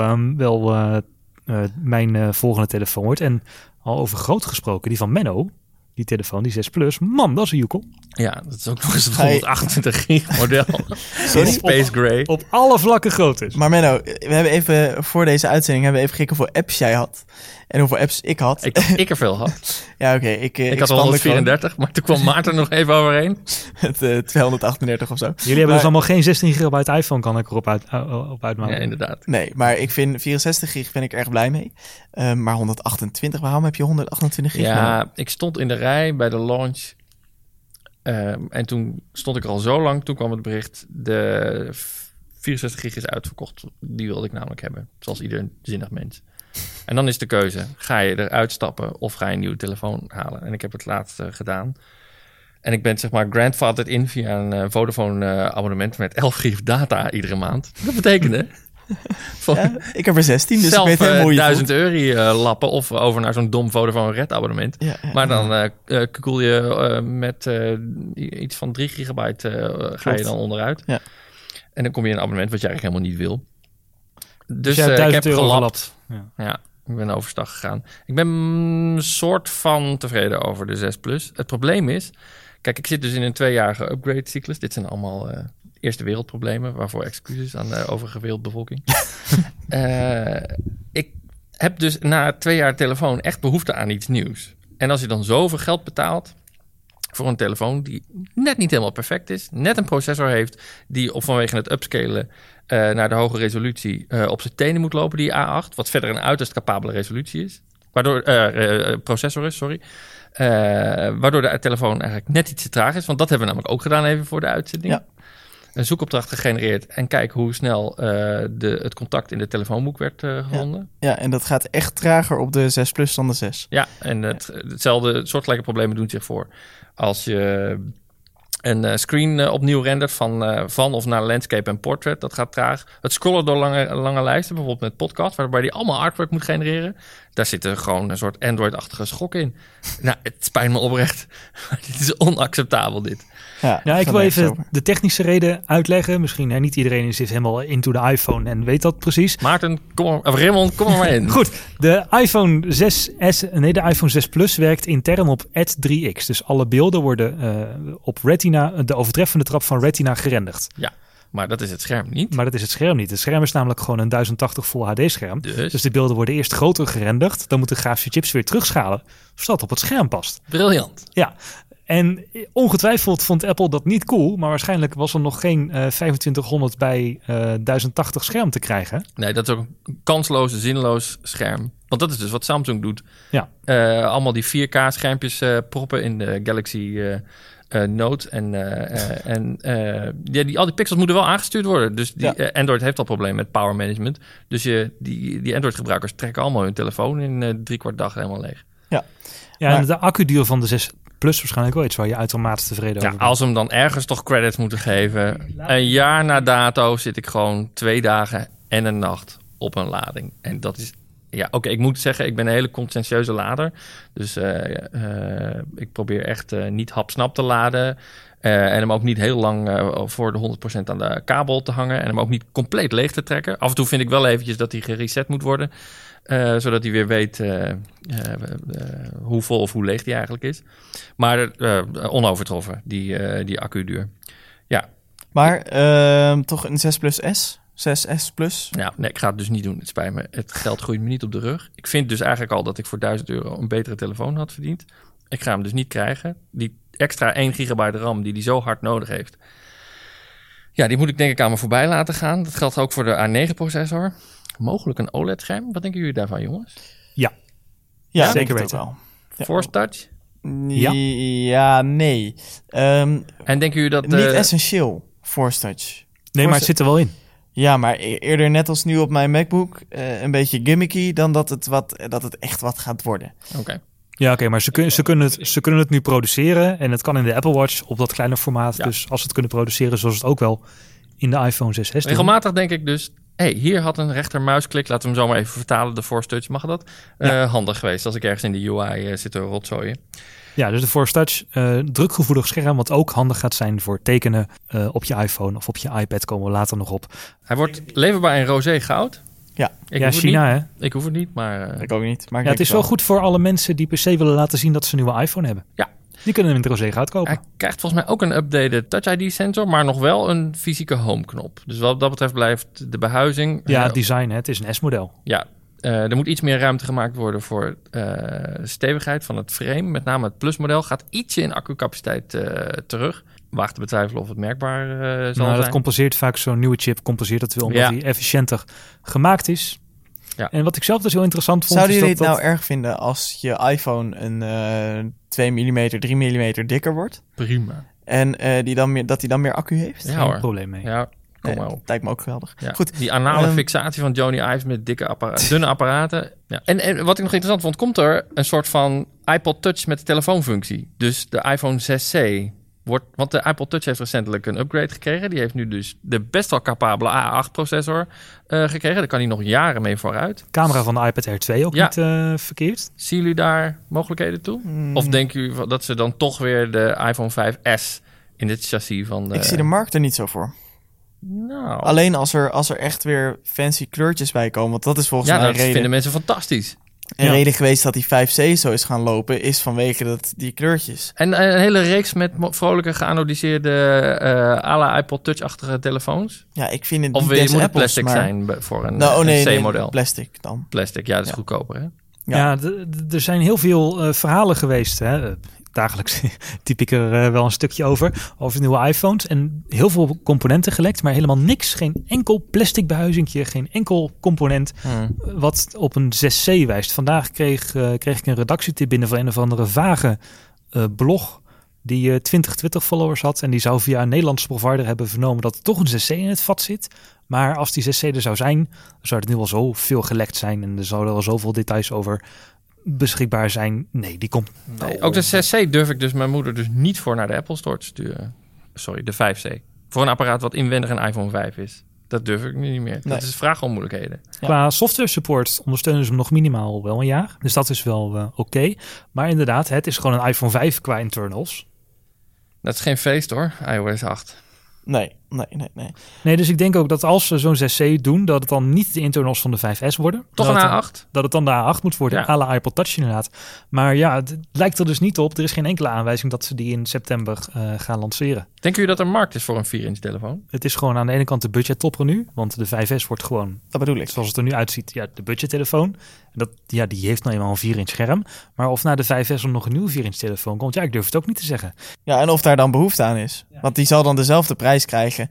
mijn volgende telefoon wordt. En al over groot gesproken, die van Menno, die telefoon, die 6 Plus, man, dat is een joekel. Ja, dat is ook nog eens een Ga je- 128 gig model. Sorry? In Space Gray. Op alle vlakken groot is. Maar Menno, we hebben even voor deze uitzending hebben we even gekeken hoeveel apps jij had. En hoeveel apps ik had. Ik er veel had. Ja, oké. Ik Ik had spande 134, maar toen kwam Maarten nog even overheen. gewoon met 238 of zo. Jullie hebben dus allemaal geen 16 gigabyte iPhone, kan ik erop op uitmaken. Ja, inderdaad. Nee, maar ik vind 64 gig ben ik erg blij mee. Maar 128, waarom heb je 128 gig? Menno? Ja, ik stond in de rij bij de launch. En toen stond ik er al zo lang. Toen kwam het bericht, de 64 gig is uitverkocht. Die wilde ik namelijk hebben. Zoals ieder zinnig mens. En dan is de keuze. Ga je eruit stappen of ga je een nieuwe telefoon halen? En ik heb het laatste gedaan. En ik ben zeg maar grandfathered in via een Vodafone abonnement met 11 gig data iedere maand. Dat betekende van Ja, ik heb er 16, dus zelf ik weet helemaal hoe je voelt. €1000 lappen of over naar zo'n dom Vodafone Red abonnement. Ja, ja. Maar dan koel je met iets van 3 gigabyte ga je Klopt. dan onderuit. Ja. En dan kom je in een abonnement wat je eigenlijk helemaal niet wil. Dus jij hebt ik heb €1000 gelapt. gelapt. Ja. Ja. Ik ben overstag gegaan. Ik ben een soort van tevreden over de 6 Plus. Het probleem is... Kijk, ik zit dus in een 2-jarige upgrade-cyclus. Dit zijn allemaal eerste wereldproblemen... waarvoor excuses aan de overige wereldbevolking. Ik heb dus na 2 jaar telefoon echt behoefte aan iets nieuws. En als je dan zoveel geld betaalt... voor een telefoon die net niet helemaal perfect is... net een processor heeft die vanwege het upscalen... naar de hoge resolutie op zijn tenen moet lopen, die A8... wat verder een uiterst capabele resolutie is. Waardoor processor is, sorry. Waardoor de telefoon eigenlijk net iets te traag is. Want dat hebben we namelijk ook gedaan even voor de uitzending. Ja. Een zoekopdracht gegenereerd... en kijk hoe snel het contact in de telefoonboek werd gevonden. Ja, en dat gaat echt trager op de 6 Plus dan de 6. Ja, en hetzelfde soortgelijke problemen doen zich voor... als je een screen opnieuw rendert van of naar landscape en portrait. Dat gaat traag. Het scrollen door lange lijsten, bijvoorbeeld met podcast... waarbij die allemaal artwork moet genereren. Daar zit er gewoon een soort Android-achtige schok in. Nou, het spijt me oprecht. Dit is onacceptabel, dit. Ja, ik wil even de technische reden uitleggen. Misschien niet iedereen zit helemaal into de iPhone en weet dat precies. Maarten, Raymond, kom er maar in. Goed, de iPhone 6 Plus werkt intern op Ad3X. Dus alle beelden worden op Retina, de overtreffende trap van Retina, gerenderd. Ja, maar dat is het scherm niet. Maar dat is het scherm niet. Het scherm is namelijk gewoon een 1080 Full HD scherm. Dus de beelden worden eerst groter gerenderd. Dan moeten de grafische chips weer terugschalen, zodat het op het scherm past. Briljant. Ja. En ongetwijfeld vond Apple dat niet cool, maar waarschijnlijk was er nog geen 2500 bij 1080 scherm te krijgen. Nee, dat is ook een kansloos, zinloos scherm. Want dat is dus wat Samsung doet. Ja. Allemaal die 4K schermpjes proppen in de Galaxy Note. Al die pixels moeten wel aangestuurd worden. Dus Android heeft al problemen met power management. Dus die Android gebruikers trekken allemaal hun telefoon in 3/4 dag helemaal leeg. Ja, maar... en de accuduur van de 6 Plus waarschijnlijk wel iets waar je uitermate tevreden over bent. Als we hem dan ergens toch credits moeten geven. Een jaar na dato zit ik gewoon 2 dagen en een nacht op een lading. En dat is... Ja, oké, ik moet zeggen, ik ben een hele conscientieuze lader. Dus ik probeer echt niet hapsnap te laden. En hem ook niet heel lang voor de 100% aan de kabel te hangen. En hem ook niet compleet leeg te trekken. Af en toe vind ik wel eventjes dat hij gereset moet worden. Zodat hij weer weet hoe vol of hoe leeg die eigenlijk is. Maar onovertroffen, die accuduur. Ja. Maar toch een 6 Plus S? 6S Plus? Ja, nee, ik ga het dus niet doen. Het spijt me. Het geld groeit me niet op de rug. Ik vind dus eigenlijk al dat ik voor €1000 een betere telefoon had verdiend. Ik ga hem dus niet krijgen. Die extra 1 gigabyte RAM die hij zo hard nodig heeft. Ja, die moet ik denk ik aan me voorbij laten gaan. Dat geldt ook voor de A9-processor. Mogelijk een OLED-scherm. Wat denken jullie daarvan, jongens? Ja, zeker weten. Wel. Ja. Force Touch? Ja, nee. En denken jullie dat... Niet essentieel, Force Touch. Nee, maar het zit er wel in. Ja, maar eerder net als nu op mijn MacBook... een beetje gimmicky dan dat het echt wat gaat worden. Oké. Ja, oké, maar ze kunnen het nu produceren. En het kan in de Apple Watch op dat kleine formaat. Ja. Dus als ze het kunnen produceren, zoals het ook wel in de iPhone 6S doen. Regelmatig denk ik dus... hier had een rechtermuisklik, laten we hem zo maar even vertalen, de Force Touch, mag dat? Handig geweest als ik ergens in de UI zit te rotzooien. Ja, dus de Force Touch, drukgevoelig scherm, wat ook handig gaat zijn voor tekenen op je iPhone of op je iPad, komen we later nog op. Hij wordt leverbaar in roze goud. Ja, China hè? Ik hoef het niet, maar... Ik ook niet. Maar het is wel goed voor alle mensen die per se willen laten zien dat ze een nieuwe iPhone hebben. Ja. Die kunnen hem in het roze goud kopen. Hij krijgt volgens mij ook een updated Touch ID sensor, maar nog wel een fysieke home knop. Dus wat dat betreft blijft de behuizing... Ja, het design, het is een S-model. Ja, er moet iets meer ruimte gemaakt worden voor stevigheid van het frame. Met name het Plus model gaat ietsje in accukapaciteit terug. Waag te betwijfelen of het merkbaar zal zijn. Dat compenseert vaak, zo'n nieuwe chip compenseert dat wel, omdat hij efficiënter gemaakt is. Ja. En wat ik zelf dus heel interessant vond... Zouden jullie het nou erg vinden als je iPhone een 2 mm, 3 mm dikker wordt? Prima. En dat hij dan meer accu heeft? Ja, geen probleem mee. Ja, kom maar op. Dat lijkt me ook geweldig. Ja. Goed. Die anale fixatie van Jony Ives met dunne apparaten. Ja. En wat ik nog interessant vond, komt er een soort van iPod Touch met de telefoonfunctie. Dus de iPhone 6C... Want de iPod Touch heeft recentelijk een upgrade gekregen. Die heeft nu dus de best wel capabele A8-processor gekregen. Daar kan hij nog jaren mee vooruit. Camera van de iPad Air 2 ook niet verkeerd. Zien jullie daar mogelijkheden toe? Of denken jullie dat ze dan toch weer de iPhone 5S in dit chassis van... Ik zie de markt er niet zo voor. Nou, Alleen als er echt weer fancy kleurtjes bij komen. Want dat is volgens mij dat een reden. vinden mensen fantastisch. Een Ja. reden geweest dat die 5C zo is gaan lopen, is vanwege die kleurtjes. En een hele reeks met vrolijke geanodiseerde à la iPod Touch-achtige telefoons. Ja, ik vind het Of niet moet deze het Apples, plastic maar... zijn voor een, Nou, een nee, C-model? plastic dan. Plastic, ja, dat is Ja. goedkoper, hè? Ja. Er zijn heel veel verhalen geweest. Hè? Dagelijks typ ik er wel een stukje over de nieuwe iPhones. En heel veel componenten gelekt, maar helemaal niks. Geen enkel plastic behuizingje, geen enkel component wat op een 6C wijst. Vandaag kreeg ik een redactietip binnen van een of andere vage blog die 20 Twitter-followers had. En die zou via een Nederlandse provider hebben vernomen dat er toch een 6C in het vat zit. Maar als die 6C er zou zijn, dan zou het nu al zo veel gelekt zijn. En er zouden al zoveel details over beschikbaar zijn. Nee, die komt... Nee, ook de 6C durf ik dus mijn moeder dus niet voor naar de Apple Store te sturen. Sorry, de 5C. Voor een apparaat wat inwendig een iPhone 5 is. Dat durf ik nu niet meer. Nee. Dat is vraag om moeilijkheden. Ja. Qua software support ondersteunen ze hem nog minimaal wel een jaar. Dus dat is wel oké. Maar inderdaad, het is gewoon een iPhone 5 qua internals. Dat is geen feest hoor, iOS 8. Nee. Nee, dus ik denk ook dat als ze zo'n 6C doen, dat het dan niet de internals van de 5S worden. Toch dat een het- A8? Dat het dan de A8 moet worden, Ja. à la iPod Touch inderdaad. Maar ja, het lijkt er dus niet op. Er is geen enkele aanwijzing dat ze die in september gaan lanceren. Denken jullie dat er markt is voor een 4-inch telefoon? Het is gewoon aan de ene kant de budgettopper nu. Want de 5S wordt gewoon, Dat bedoel ik. zoals het er nu uitziet, ja, de budgettelefoon. En die heeft nou eenmaal een 4-inch scherm. Maar of na de 5S er nog een nieuwe 4-inch telefoon komt, ja, ik durf het ook niet te zeggen. Ja, en of daar dan behoefte aan is. Ja. Want die zal dan dezelfde prijs krijgen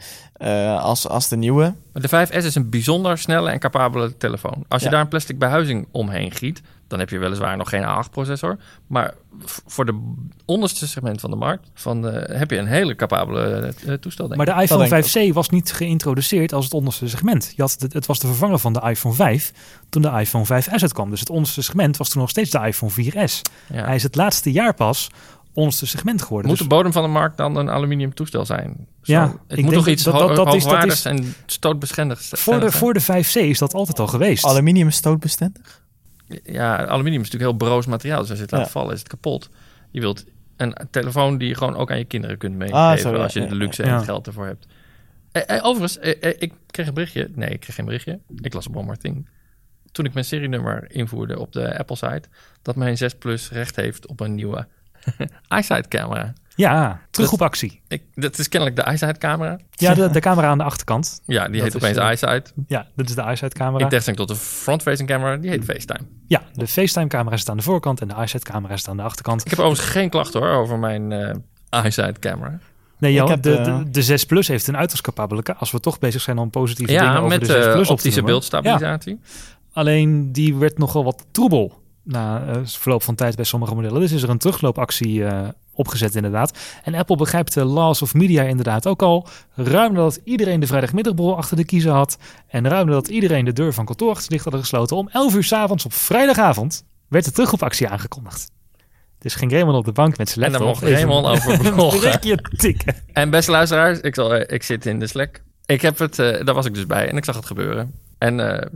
als de nieuwe. De 5S is een bijzonder snelle en capabele telefoon. Als je Ja. daar een plastic behuizing omheen giet, dan heb je weliswaar nog geen A8-processor. Maar voor de onderste segment van de markt heb je een hele capabele toestel, denk ik. Maar de iPhone denk ik 5C was niet geïntroduceerd als het onderste segment. Het was de vervanger van de iPhone 5 toen de iPhone 5S uitkwam. Dus het onderste segment was toen nog steeds de iPhone 4S. Ja. Hij is het laatste jaar pas onderste segment geworden. Moet Dus de bodem van de markt dan een aluminium toestel zijn? Ja, Het ik moet denk toch iets dat is- hoogwaardigs en stootbestendigs zijn? voor de 5C is dat altijd al geweest. Aluminium is stootbestendig. Ja, aluminium is natuurlijk heel broos materiaal. Dus als je het laat Ja. vallen, is het kapot. Je wilt een telefoon die je gewoon ook aan je kinderen kunt meegeven. zo, ja, als je ja, de luxe ja. en het geld ervoor hebt. Overigens, ik kreeg een berichtje. Nee, ik kreeg geen berichtje. Ik las op One More Thing. Toen ik mijn serienummer invoerde op de Apple-site, dat mijn 6 Plus recht heeft op een nieuwe iSight-camera. Ja, terugroepactie. Dat is kennelijk de iSight-camera. Ja, de camera aan de achterkant. Ja, die Dat heet is, opeens iSight. Ja, dat is de iSight-camera. In tegenstelling tot de front-facing camera, die heet FaceTime. Ja, de FaceTime-camera zit aan de voorkant en de iSight-camera zit aan de achterkant. Ik heb overigens geen klachten hoor over mijn iSight-camera. Nee, Ik Jan, heb, de 6 Plus heeft een uiterst capabele... Als we toch bezig zijn om positieve Ja, dingen over met de 6 Plus op te optische noemen. beeldstabilisatie. Ja, alleen die werd nogal wat troebel na verloop van tijd bij sommige modellen. Dus is er een terugloopactie opgezet inderdaad. En Apple begrijpt de laws of media inderdaad ook al. Ruim nadat iedereen de vrijdagmiddagborrel achter de kiezen had. En ruim nadat iedereen de deur van kantoor achter zich hadden gesloten. Om 11 uur 's avonds op vrijdagavond werd de terugloopactie aangekondigd. Dus ging Raymond op de bank met zijn En daar laptop. mocht Raymond over een bloggen. berichtje tikken. En beste luisteraars, ik zit in de Slack. Ik heb het, daar was ik dus bij en ik zag het gebeuren. En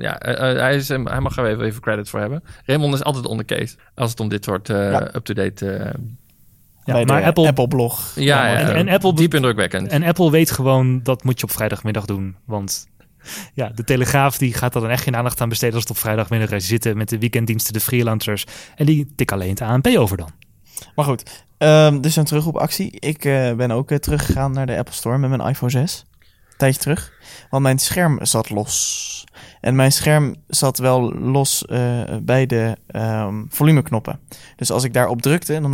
hij mag er even credits voor hebben. Raymond is altijd on the case als het om dit soort up-to-date... Ja, Bij maar de Apple blog. en Apple diep indrukwekkend. En Apple weet gewoon, dat moet je op vrijdagmiddag doen. Want ja, de Telegraaf die gaat er dan echt geen aandacht aan besteden als het op vrijdagmiddag is. Zitten met de weekenddiensten, de freelancers. En die tikken alleen het ANP over dan. Maar goed, dus een terugroepactie. Ik ben ook teruggegaan naar de Apple Store met mijn iPhone 6. Een tijdje terug. Want mijn scherm zat los. En mijn scherm zat wel los bij de volumeknoppen. Dus als ik daarop drukte, dan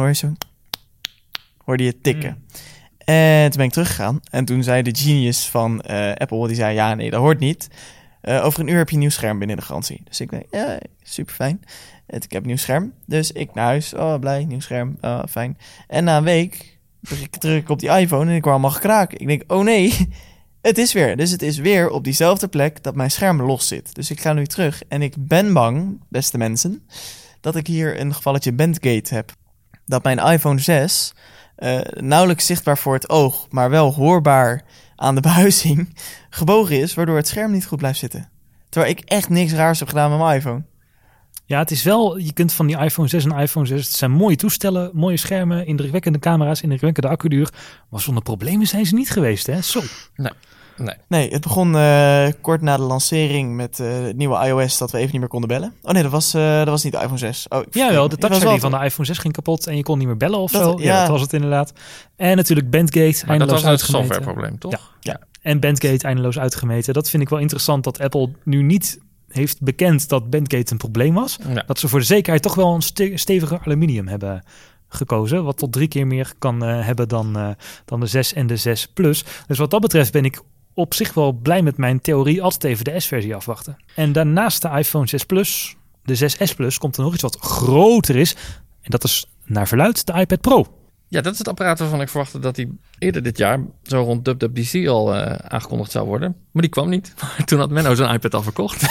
hoorde je het tikken. En toen ben ik teruggegaan. En toen zei de genius van Apple, die zei, ja, nee, dat hoort niet. Over een uur heb je een nieuw scherm binnen de garantie. Dus ik denk, ja, super fijn. Ik heb een nieuw scherm. Dus ik naar huis. Oh, blij, nieuw scherm. Oh, fijn. En na een week druk ik op die iPhone en ik hoor allemaal gekraak. Ik denk, oh nee, het is weer. Dus het is weer op diezelfde plek dat mijn scherm los zit. Dus ik ga nu terug. En ik ben bang, beste mensen, dat ik hier een gevalletje Bandgate heb. Dat mijn iPhone 6 nauwelijks zichtbaar voor het oog, maar wel hoorbaar aan de behuizing gebogen is, waardoor het scherm niet goed blijft zitten. Terwijl ik echt niks raars heb gedaan met mijn iPhone. Ja, het is wel, je kunt van die iPhone 6 en iPhone 6, het zijn mooie toestellen, mooie schermen, indrukwekkende camera's, indrukwekkende accuduur. Maar zonder problemen zijn ze niet geweest, hè? Zo. Nee, het begon kort na de lancering met het nieuwe iOS dat we even niet meer konden bellen. Oh nee, dat was niet de iPhone 6. Oh, Jawel, de Touch ID van de iPhone 6 ging kapot en je kon niet meer bellen of zo. Ja, dat was het inderdaad. En natuurlijk Bandgate Maar dat was eindeloos een uitgemeten. softwareprobleem, toch? Ja. En Bandgate eindeloos uitgemeten. Dat vind ik wel interessant dat Apple nu niet heeft bekend dat Bandgate een probleem was. Ja. Dat ze voor de zekerheid toch wel een steviger aluminium hebben gekozen. Wat tot 3 keer meer kan hebben dan de 6 en de 6 Plus. Dus wat dat betreft ben ik op zich wel blij met mijn theorie. Altijd even de S-versie afwachten. En daarnaast de iPhone 6 Plus, de 6S Plus, komt er nog iets wat groter is. En dat is naar verluidt de iPad Pro. Ja, dat is het apparaat waarvan ik verwachtte dat hij eerder dit jaar zo rond WWDC al aangekondigd zou worden. Maar die kwam niet. Toen had Menno zijn iPad al verkocht.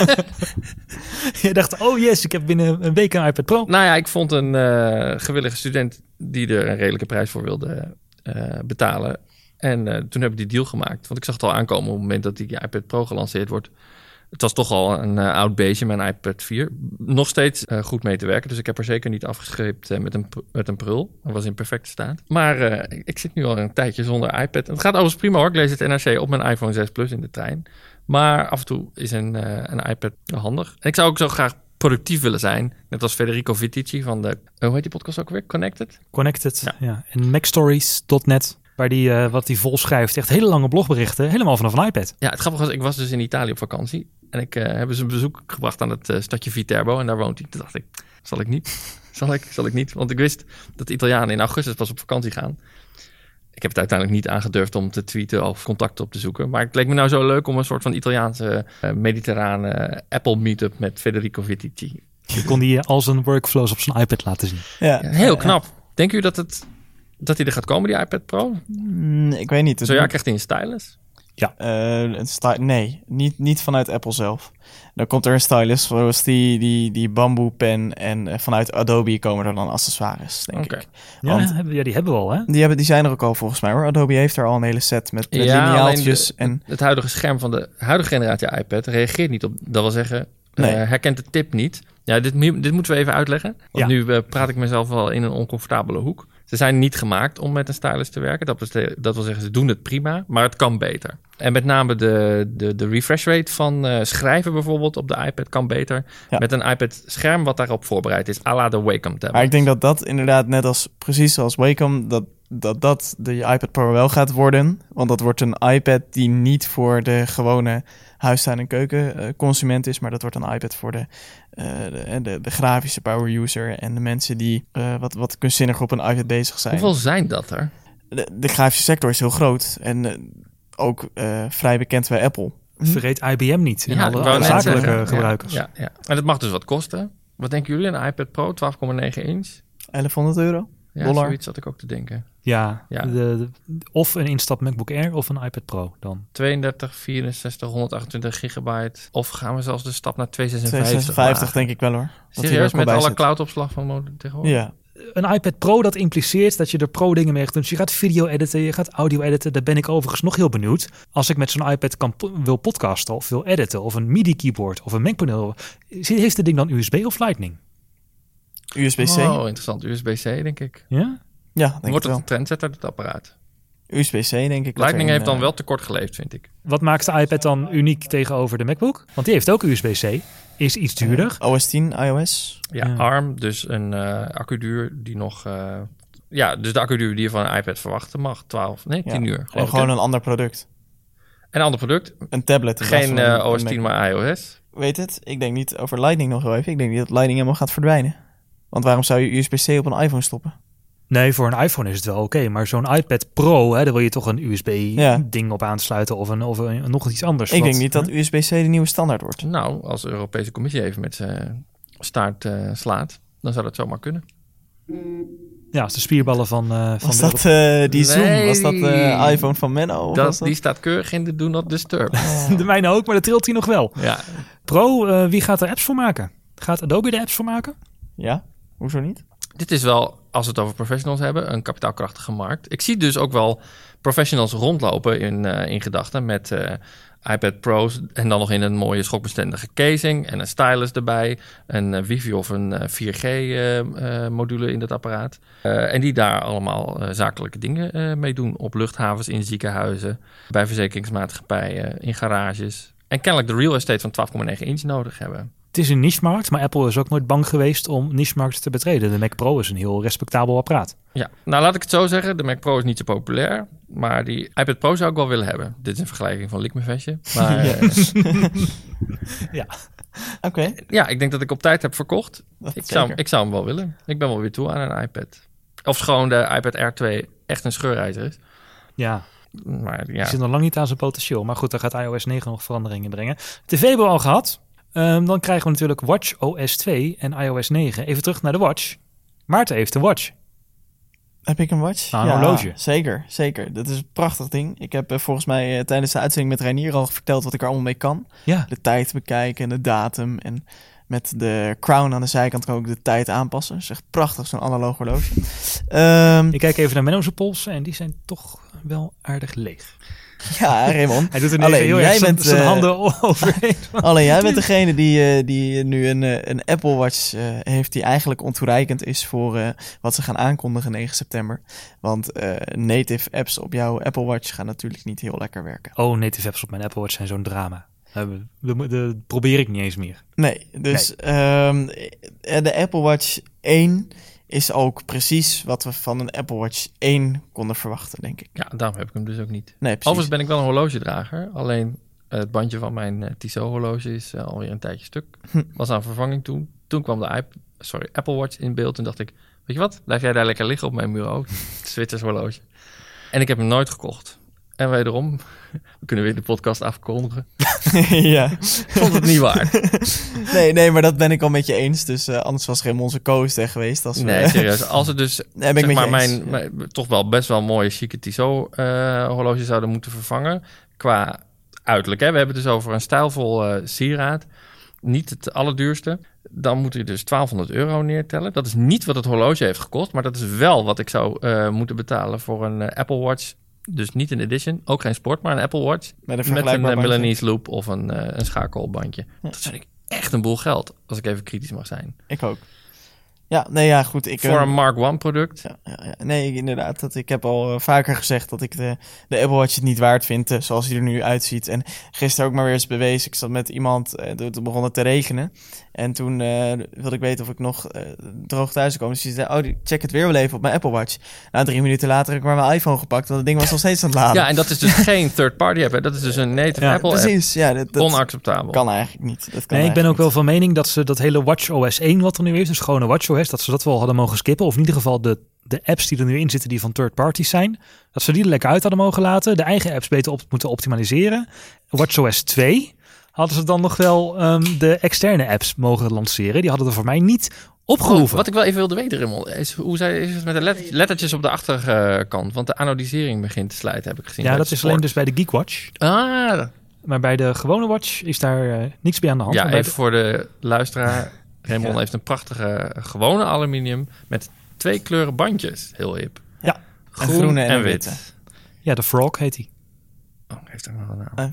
Je dacht, oh yes, ik heb binnen een week een iPad Pro. Nou ja, ik vond een gewillige student die er een redelijke prijs voor wilde betalen. En toen heb ik die deal gemaakt. Want ik zag het al aankomen op het moment dat die iPad Pro gelanceerd wordt. Het was toch al een oud beestje, mijn iPad 4. Nog steeds goed mee te werken. Dus ik heb er zeker niet afgescheept met een prul. Dat was in perfecte staat. Maar ik zit nu al een tijdje zonder iPad. Het gaat overigens prima hoor. Ik lees het NRC op mijn iPhone 6 Plus in de trein. Maar af en toe is een iPad handig. En ik zou ook zo graag productief willen zijn. Net als Federico Vitici van de... hoe heet die podcast ook weer? Connected? Ja. En MacStories.net. Waar die wat hij vol schrijft. Echt hele lange blogberichten. Helemaal vanaf een iPad. Ja, het grappige was, ik was dus in Italië op vakantie. En ik heb dus een bezoek gebracht aan het stadje Viterbo. En daar woont hij. Toen dacht ik, zal ik niet? Zal ik niet? Want ik wist dat de Italianen in augustus pas op vakantie gaan. Ik heb het uiteindelijk niet aangedurfd om te tweeten of contacten op te zoeken. Maar het leek me nou zo leuk om een soort van Italiaanse mediterrane Apple meetup met Federico Vitici. Je kon die al zijn workflows op zijn iPad laten zien. Ja, heel knap. Denken jullie dat hij er gaat komen, die iPad Pro? Ik weet niet. Zo ja, krijgt hij een stylus? Ja. Nee, niet vanuit Apple zelf. Dan komt er een stylus zoals die bamboe pen en vanuit Adobe komen er dan accessoires, denk ik. Ja, die hebben we al, hè? Die zijn er ook al volgens mij, hoor. Adobe heeft er al een hele set met lineaaltjes. Het huidige scherm van de huidige generatie iPad reageert niet op, dat wil zeggen, herkent de tip niet. Ja, dit moeten we even uitleggen. Want nu praat ik mezelf wel in een oncomfortabele hoek. Ze zijn niet gemaakt om met een stylus te werken. Dat wil zeggen, ze doen het prima, maar het kan beter. En met name de refresh rate van schrijven bijvoorbeeld op de iPad kan beter. Ja. Met een iPad scherm wat daarop voorbereid is, à la de Wacom tablet. Maar ik denk dat inderdaad net als precies zoals Wacom, dat de iPad Pro wel gaat worden. Want dat wordt een iPad die niet voor de gewone huistuin- en keukenconsument is, maar dat wordt een iPad voor de grafische power user en de mensen die wat kunstzinnig op een iPad bezig zijn. Hoeveel zijn dat er? De grafische sector is heel groot en ook vrij bekend bij Apple. Vergeet IBM niet in alle zakelijke gebruikers. Ja. En het mag dus wat kosten. Wat denken jullie? Een iPad Pro, 12,9 inch? €1100? Ja, dollar. Zoiets zat ik ook te denken. Ja. Of een instap MacBook Air of een iPad Pro dan. 32, 64, 128 gigabyte. Of gaan we zelfs de stap naar 256 denk ik wel, hoor. Serieus, met alle cloudopslag van tegenwoordig? Ja. Een iPad Pro, dat impliceert dat je er pro dingen mee gaat doen. Dus je gaat video editen, je gaat audio editen. Daar ben ik overigens nog heel benieuwd. Als ik met zo'n iPad wil podcasten of wil editen, of een MIDI keyboard of een Mac-paneel. Heeft het ding dan USB of Lightning? USB-C. Oh, interessant. USB-C, denk ik. Ja? Ja, denk Wordt ik het een trendsetter, dit apparaat? USB-C, denk ik. Lightning heeft dan wel tekort geleefd, vind ik. Wat maakt de iPad dan uniek tegenover de MacBook? Want die heeft ook USB-C. Is iets duurder. OS 10, iOS. Ja, ARM, dus een accuduur die nog... dus de accuduur die je van een iPad verwachten mag. 10 uur. En gewoon een ander product. Een ander product? Een tablet. Geen OS 10, maar iOS. Weet het? Ik denk niet over Lightning nog wel even. Ik denk niet dat Lightning helemaal gaat verdwijnen. Want waarom zou je USB-C op een iPhone stoppen? Nee, voor een iPhone is het wel oké. Maar zo'n iPad Pro, daar wil je toch een USB-ding op aansluiten of nog iets anders. Ik denk niet dat USB-C de nieuwe standaard wordt. Nou, als de Europese Commissie even met zijn staart slaat, dan zou dat zomaar kunnen. Ja, als de spierballen van was dat die Zoom? Was dat de iPhone van Menno? Die staat keurig in de Do Not Disturb. De mijne ook, maar dat trilt hij nog wel. Ja. Pro, wie gaat er apps voor maken? Gaat Adobe de apps voor maken? Ja, hoezo niet? dit is wel, als we het over professionals hebben, een kapitaalkrachtige markt. Ik zie dus ook wel professionals rondlopen in gedachten met iPad Pro's en dan nog in een mooie schokbestendige casing en een stylus erbij, een wifi of een 4G-module in dat apparaat. En die daar allemaal zakelijke dingen mee doen op luchthavens, in ziekenhuizen, bij verzekeringsmaatschappijen, in garages. En kennelijk de real estate van 12,9 inch nodig hebben. Het is een niche-markt, maar Apple is ook nooit bang geweest om niche-markten te betreden. De Mac Pro is een heel respectabel apparaat. Ja, nou laat ik het zo zeggen. De Mac Pro is niet zo populair, maar die iPad Pro zou ik wel willen hebben. Dit is een vergelijking van Likmevestje. Maar Ja. Oké. ja, ik denk dat ik op tijd heb verkocht. Zeker. Ik zou hem wel willen. Ik ben wel weer toe aan een iPad. Of schoon de iPad Air 2 echt een scheurreizer is. Ja, Maar die ja, zit nog lang niet aan zijn potentieel. Maar goed, daar gaat iOS 9 nog veranderingen brengen. TV hebben we al gehad. Dan krijgen we natuurlijk watchOS 2 en iOS 9. Even terug naar de Watch. Maarten heeft de Watch. Heb ik een watch? Nou, een horloge. Zeker. Dat is een prachtig ding. Ik heb volgens mij tijdens de uitzending met Reinier al verteld wat ik er allemaal mee kan. Ja, De tijd bekijken, de datum en met de crown aan de zijkant kan ik ook de tijd aanpassen. Dat is echt prachtig, zo'n analoog horloge. ik kijk even naar Menno's polsen en die zijn toch wel aardig leeg. Ja, Raymond. Hij doet er nu Alleen, even heel jij erg bent, zijn handen overheen. Alleen jij bent degene die nu een Apple Watch heeft die eigenlijk ontoereikend is voor wat ze gaan aankondigen 9 september. Want native apps op jouw Apple Watch gaan natuurlijk niet heel lekker werken. Oh, native apps op mijn Apple Watch zijn zo'n drama. Dat probeer ik niet eens meer. Nee, dus de Apple Watch 1 is ook precies wat we van een Apple Watch 1 konden verwachten, denk ik. ja, daarom heb ik hem dus ook niet. Nee, precies. Overigens ben ik wel een horlogedrager. Alleen het bandje van mijn Tissot horloge is alweer een tijdje stuk. Was aan vervanging toen. Toen kwam de Apple Watch in beeld. En dacht ik, weet je wat? Blijf jij daar lekker liggen op mijn bureau. Het Zwitsers horloge. En ik heb hem nooit gekocht. En wederom, we kunnen weer de podcast afkondigen. Ja. Ik vond het niet waard. Nee, maar dat ben ik al met je eens. Dus anders was geen onze co-host geweest. Als we... Nee, serieus. Als het dus Nee, ben ik zeg met maar je eens. mijn toch wel best wel mooie chique Tissot horloge zouden moeten vervangen. Qua uiterlijk. Hè? We hebben het dus over een stijlvol sieraad. Niet het allerduurste. Dan moet je dus €1200 neertellen. Dat is niet wat het horloge heeft gekost. Maar dat is wel wat ik zou moeten betalen voor een Apple Watch. Dus niet een edition. Ook geen sport, maar een Apple Watch. Met Met een bandje. Milanese loop of een schakelbandje. Dat vind ik echt een boel geld. Als ik even kritisch mag zijn. Ik ook. Ja, nee, ja, goed. Voor een Mark I product. Ja. Nee, inderdaad. Ik heb al vaker gezegd dat ik de Apple Watch het niet waard vind, zoals hij er nu uitziet. En gisteren ook maar weer eens bewezen. Ik zat met iemand, toen begon het te regenen. En toen wilde ik weten of ik nog droog thuis zou komen. Dus die zei, check het weer wel even op mijn Apple Watch. Nou, 3 minuten later heb ik maar mijn iPhone gepakt, want het ding was nog steeds aan het laden. Ja, en dat is dus geen third-party app. Hè? Dat is dus een native Apple app. Precies, ja. Dat Onacceptabel. kan eigenlijk niet. Dat kan Nee, ik ben ook eigenlijk wel van mening dat ze dat hele watchOS 1 wat er nu is, dus gewoon een watchOS, dat ze dat wel hadden mogen skippen. Of in ieder geval de apps die er nu in zitten die van third parties zijn, dat ze die er lekker uit hadden mogen laten. De eigen apps beter moeten optimaliseren. watchOS 2 hadden ze dan nog wel de externe apps mogen lanceren. Die hadden er voor mij niet opgehoeven. Wat ik wel even wilde weten, Raymond, is hoe is het met de lettertjes op de achterkant? Want de anodisering begint te slijten, heb ik gezien. Ja, bij dat de is sport. alleen dus bij de Geekwatch. Ah, Maar bij de gewone watch is daar niks bij aan de hand. ja, Maar bij even voor de luisteraar. Raymond heeft een prachtige gewone aluminium met 2 kleuren bandjes. Heel hip. Ja. Groen En groene en en een wit. witte. Ja, de Frog heet die. Oh, heeft ook nog een naam.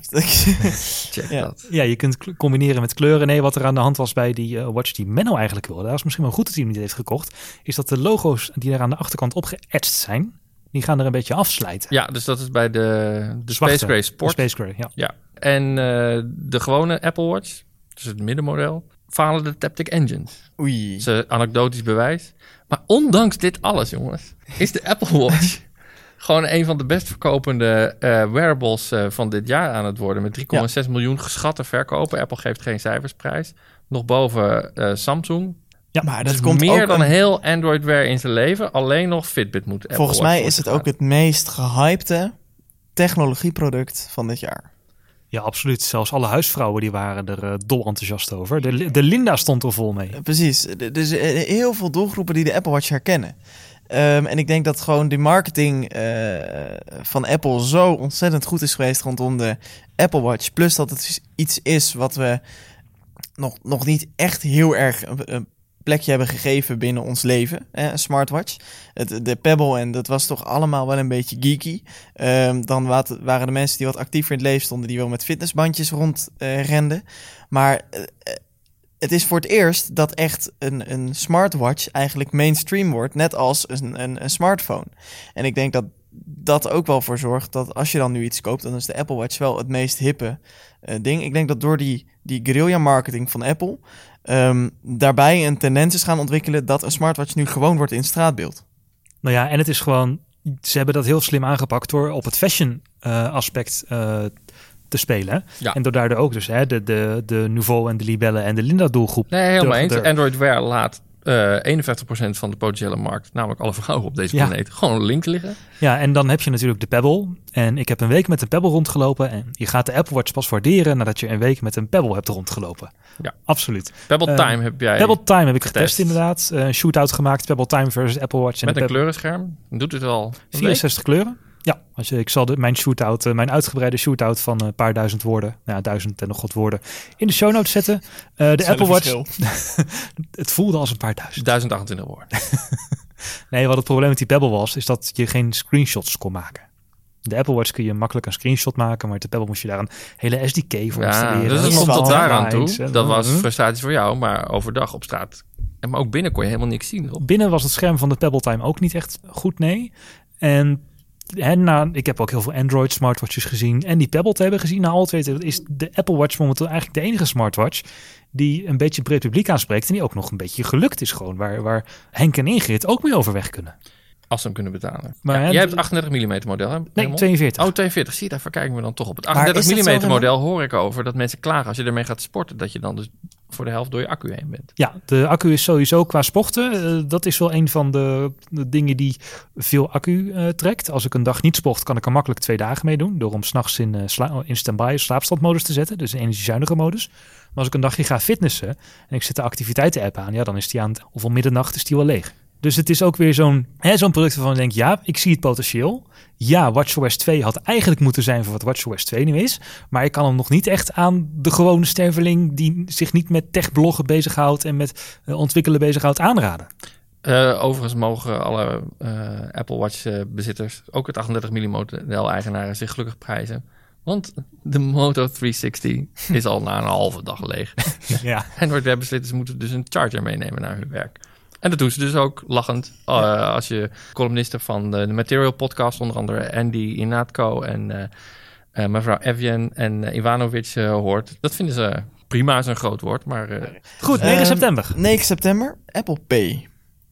Check Ja. dat. Ja, je kunt combineren met kleuren. Nee, wat er aan de hand was bij die watch die Menno eigenlijk wilde, dat is misschien wel goed dat hij hem niet heeft gekocht, is dat de logo's die er aan de achterkant opgeëtst zijn, die gaan er een beetje afslijten. Ja, dus dat is bij de Zwarte, Space Gray de Sport. Space Gray, ja. Ja. En de gewone Apple Watch, dus het middenmodel, falen de Taptic Engines. Oei. Dat is een anekdotisch bewijs. Maar ondanks dit alles, jongens, is de Apple Watch gewoon een van de best verkopende wearables van dit jaar aan het worden. Met 3,6 miljoen geschatte verkopen. Apple geeft geen cijfersprijs. Nog boven Samsung. Ja, Maar Dus dat komt meer ook dan heel Android Wear in zijn leven. Alleen nog Fitbit moet Apple volgens Watch mij voor is te het ook gaan. het meest gehypte technologieproduct van dit jaar. Ja, absoluut. Zelfs alle huisvrouwen die waren er dol enthousiast over. De Linda stond er vol mee. Precies. Dus heel veel doelgroepen die de Apple Watch herkennen. En ik denk dat gewoon de marketing van Apple zo ontzettend goed is geweest rondom de Apple Watch. Plus dat het iets is wat we nog niet echt heel erg plekje hebben gegeven binnen ons leven, een smartwatch. De Pebble, en dat was toch allemaal wel een beetje geeky. Dan waren de mensen die wat actiever in het leven stonden, die wel met fitnessbandjes rondrenden. Maar het is voor het eerst dat echt een smartwatch eigenlijk mainstream wordt, net als een smartphone. En ik denk dat dat ook wel voor zorgt dat als je dan nu iets koopt, dan is de Apple Watch wel het meest hippe ding. Ik denk dat door die guerrilla marketing van Apple daarbij een tendens is gaan ontwikkelen dat een smartwatch nu gewoon wordt in straatbeeld. Nou ja, en het is gewoon, ze hebben dat heel slim aangepakt door op het fashion aspect te spelen. Ja. En door daardoor ook dus de Nouveau en de Libelle en de Linda doelgroep. Nee, helemaal eens. Android Wear laat 51% van de potentiële markt, namelijk alle vrouwen op deze planeet, gewoon links liggen. Ja, en dan heb je natuurlijk de Pebble. En ik heb een week met een Pebble rondgelopen. En je gaat de Apple Watch pas waarderen nadat je een week met een Pebble hebt rondgelopen. Ja, absoluut. Pebble Time heb jij. Pebble Time heb ik getest inderdaad. Een shootout gemaakt, Pebble Time versus Apple Watch. Met een kleurenscherm. Doet het al 64 kleuren. Ja, ik zal mijn uitgebreide shootout van een paar duizend woorden, 1000 en nog wat woorden, in de show notes zetten. De Apple Watch, het voelde als een paar duizend. 1028 woorden. Nee, wat het probleem met die Pebble was, is dat je geen screenshots kon maken. De Apple Watch kun je makkelijk een screenshot maken, maar de Pebble moest je daar een hele SDK voor installeren. Dus het nog tot daaraan toe. Dat was frustratie voor jou, maar overdag op straat. Maar ook binnen kon je helemaal niks zien erop. Binnen was het scherm van de Pebble Time ook niet echt goed, nee. En ik heb ook heel veel Android smartwatches gezien en die Pebble te hebben gezien. Nou, al twee is de Apple Watch momenteel eigenlijk de enige smartwatch die een beetje het breed publiek aanspreekt en die ook nog een beetje gelukt is gewoon, waar Henk en Ingrid ook mee overweg kunnen. Als ze hem kunnen betalen. Maar jij hebt 38 mm model, hè? Nee, 42. Oh, 42. Zie je, daar verkijken we dan toch op. Het 38 mm model hoor ik over dat mensen klagen als je ermee gaat sporten, dat je dan dus voor de helft door je accu heen bent. Ja, de accu is sowieso qua sporten. Dat is wel een van de dingen die veel accu trekt. Als ik een dag niet sport, kan ik er makkelijk 2 dagen mee doen. Door hem 's nachts in standby slaapstandmodus te zetten. Dus een energiezuinige modus. Maar als ik een dagje ga fitnessen en ik zet de activiteiten-app aan, ja, dan is die of om middernacht is die wel leeg. Dus het is ook weer zo'n product waarvan ik denk, ja, ik zie het potentieel. Ja, WatchOS 2 had eigenlijk moeten zijn voor wat WatchOS 2 nu is. Maar ik kan hem nog niet echt aan de gewone sterveling die zich niet met techbloggen bezighoudt en met ontwikkelen bezighoudt aanraden. Overigens mogen alle Apple Watch bezitters, ook het 38 mm model eigenaren, zich gelukkig prijzen. Want de Moto 360 is al na een halve dag leeg. Ja. Android webbesitters moeten dus een charger meenemen naar hun werk. En dat doen ze dus ook lachend. Als je columnisten van de Material podcast, onder andere Andy Inatko en mevrouw Evian en Ivanovic hoort. Dat vinden ze prima, is een groot woord. Maar, goed, 9 september. 9 september, Apple Pay.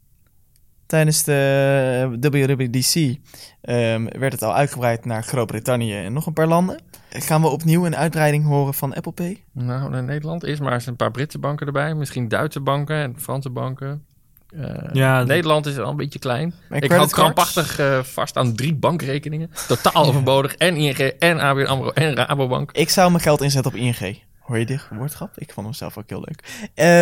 Tijdens de WWDC werd het al uitgebreid naar Groot-Brittannië en nog een paar landen. Gaan we opnieuw een uitbreiding horen van Apple Pay? Nou, in Nederland eerst maar eens een paar Britse banken erbij. Misschien Duitse banken en Franse banken. Nederland is al een beetje klein. Ik hou krampachtig vast aan 3 bankrekeningen. Totaal overbodig. En ING en ABN AMRO en Rabobank. Ik zou mijn geld inzetten op ING. Hoor je dit woordgrap? Ik vond hem zelf ook heel leuk.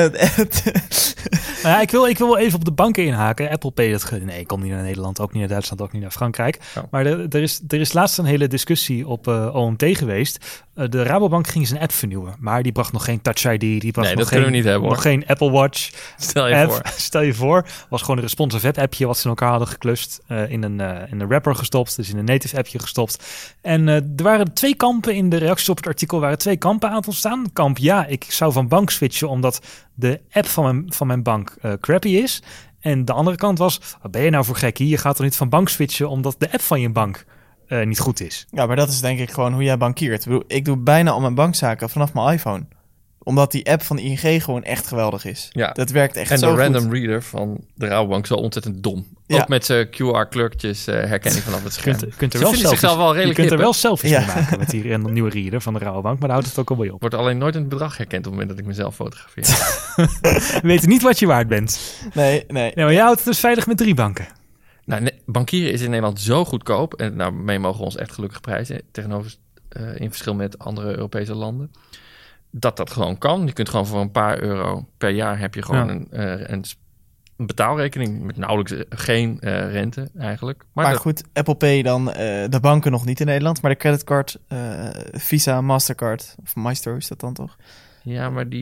Ik wil wel even op de banken inhaken. Apple Pay, ik kom niet naar Nederland, ook niet naar Duitsland, ook niet naar Frankrijk. Oh. Maar er is laatst een hele discussie op OMT geweest. De Rabobank ging zijn app vernieuwen, maar die bracht nog geen Touch ID. Die bracht nog geen Apple Watch. Stel je voor, was gewoon een responsive web appje wat ze in elkaar hadden geklust, in een wrapper gestopt, dus in een native appje gestopt. En er waren 2 kampen in de reacties op het artikel, waren 2 kampen aan te ontstaan. Kamp, ja, ik zou van bank switchen omdat de app van mijn bank crappy is. En de andere kant was, wat ben je nou voor gekkie? Je gaat er niet van bank switchen omdat de app van je bank niet goed is. Ja, maar dat is denk ik gewoon hoe jij bankiert. Ik doe bijna al mijn bankzaken vanaf mijn iPhone. Omdat die app van ING gewoon echt geweldig is. Ja. Dat werkt echt zo goed. En de random reader van de Rabobank is wel ontzettend dom. Ja. Ook met zijn QR-kleurtjes herkenning vanaf het scherm. Je kunt er wel selfies mee maken met die nieuwe reader van de Rabobank. Maar daar houdt het ook alweer op. Wordt alleen nooit een bedrag herkend op het moment dat ik mezelf fotografeer. We weten niet wat je waard bent. Nee. Maar jij houdt het dus veilig met 3 banken. Nou, bankieren is in Nederland zo goedkoop. En daarmee mogen we ons echt gelukkig prijzen. Tegenover in verschil met andere Europese landen. Dat gewoon kan. Je kunt gewoon voor een paar euro per jaar heb je gewoon een betaalrekening met nauwelijks geen rente eigenlijk. Maar goed, Apple Pay dan, de banken nog niet in Nederland, maar de creditcard, Visa, Mastercard of Maestro is dat dan toch? Ja, maar die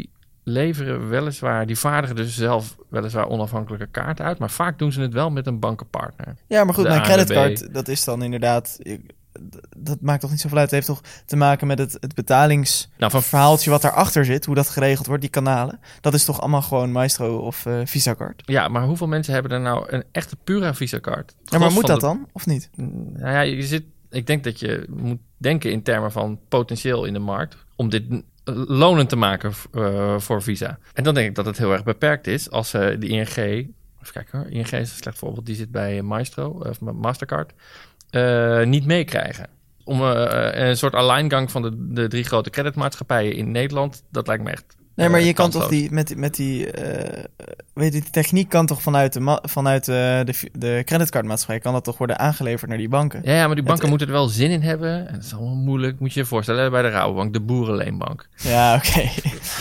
leveren weliswaar, die vaardigen dus zelf weliswaar onafhankelijke kaarten uit, maar vaak doen ze het wel met een bankenpartner. Ja, maar goed, De mijn ANWB. creditcard, dat is dan inderdaad... Dat maakt toch niet zoveel uit. Het heeft toch te maken met het betalingsverhaaltje wat daarachter zit. Hoe dat geregeld wordt, die kanalen. Dat is toch allemaal gewoon Maestro of Visa-card? Ja, maar hoeveel mensen hebben er nou een echte pure Visa-kaart? Ja, maar moet dat dan? Of niet? Nou ja, ik denk dat je moet denken in termen van potentieel in de markt om dit lonend te maken voor Visa. En dan denk ik dat het heel erg beperkt is als de ING... Even kijken hoor. ING is een slecht voorbeeld. Die zit bij Maestro of Mastercard. Niet meekrijgen. Om een soort alleingang van de 3 grote creditmaatschappijen in Nederland, dat lijkt me echt Nee, maar je kan kansloos. toch die techniek kan toch vanuit de creditcardmaatschappij kan dat toch worden aangeleverd naar die banken? Ja, maar die banken moeten er wel zin in hebben. En dat is allemaal moeilijk. Moet je je voorstellen bij de Rabobank, de boerenleenbank. Ja, oké.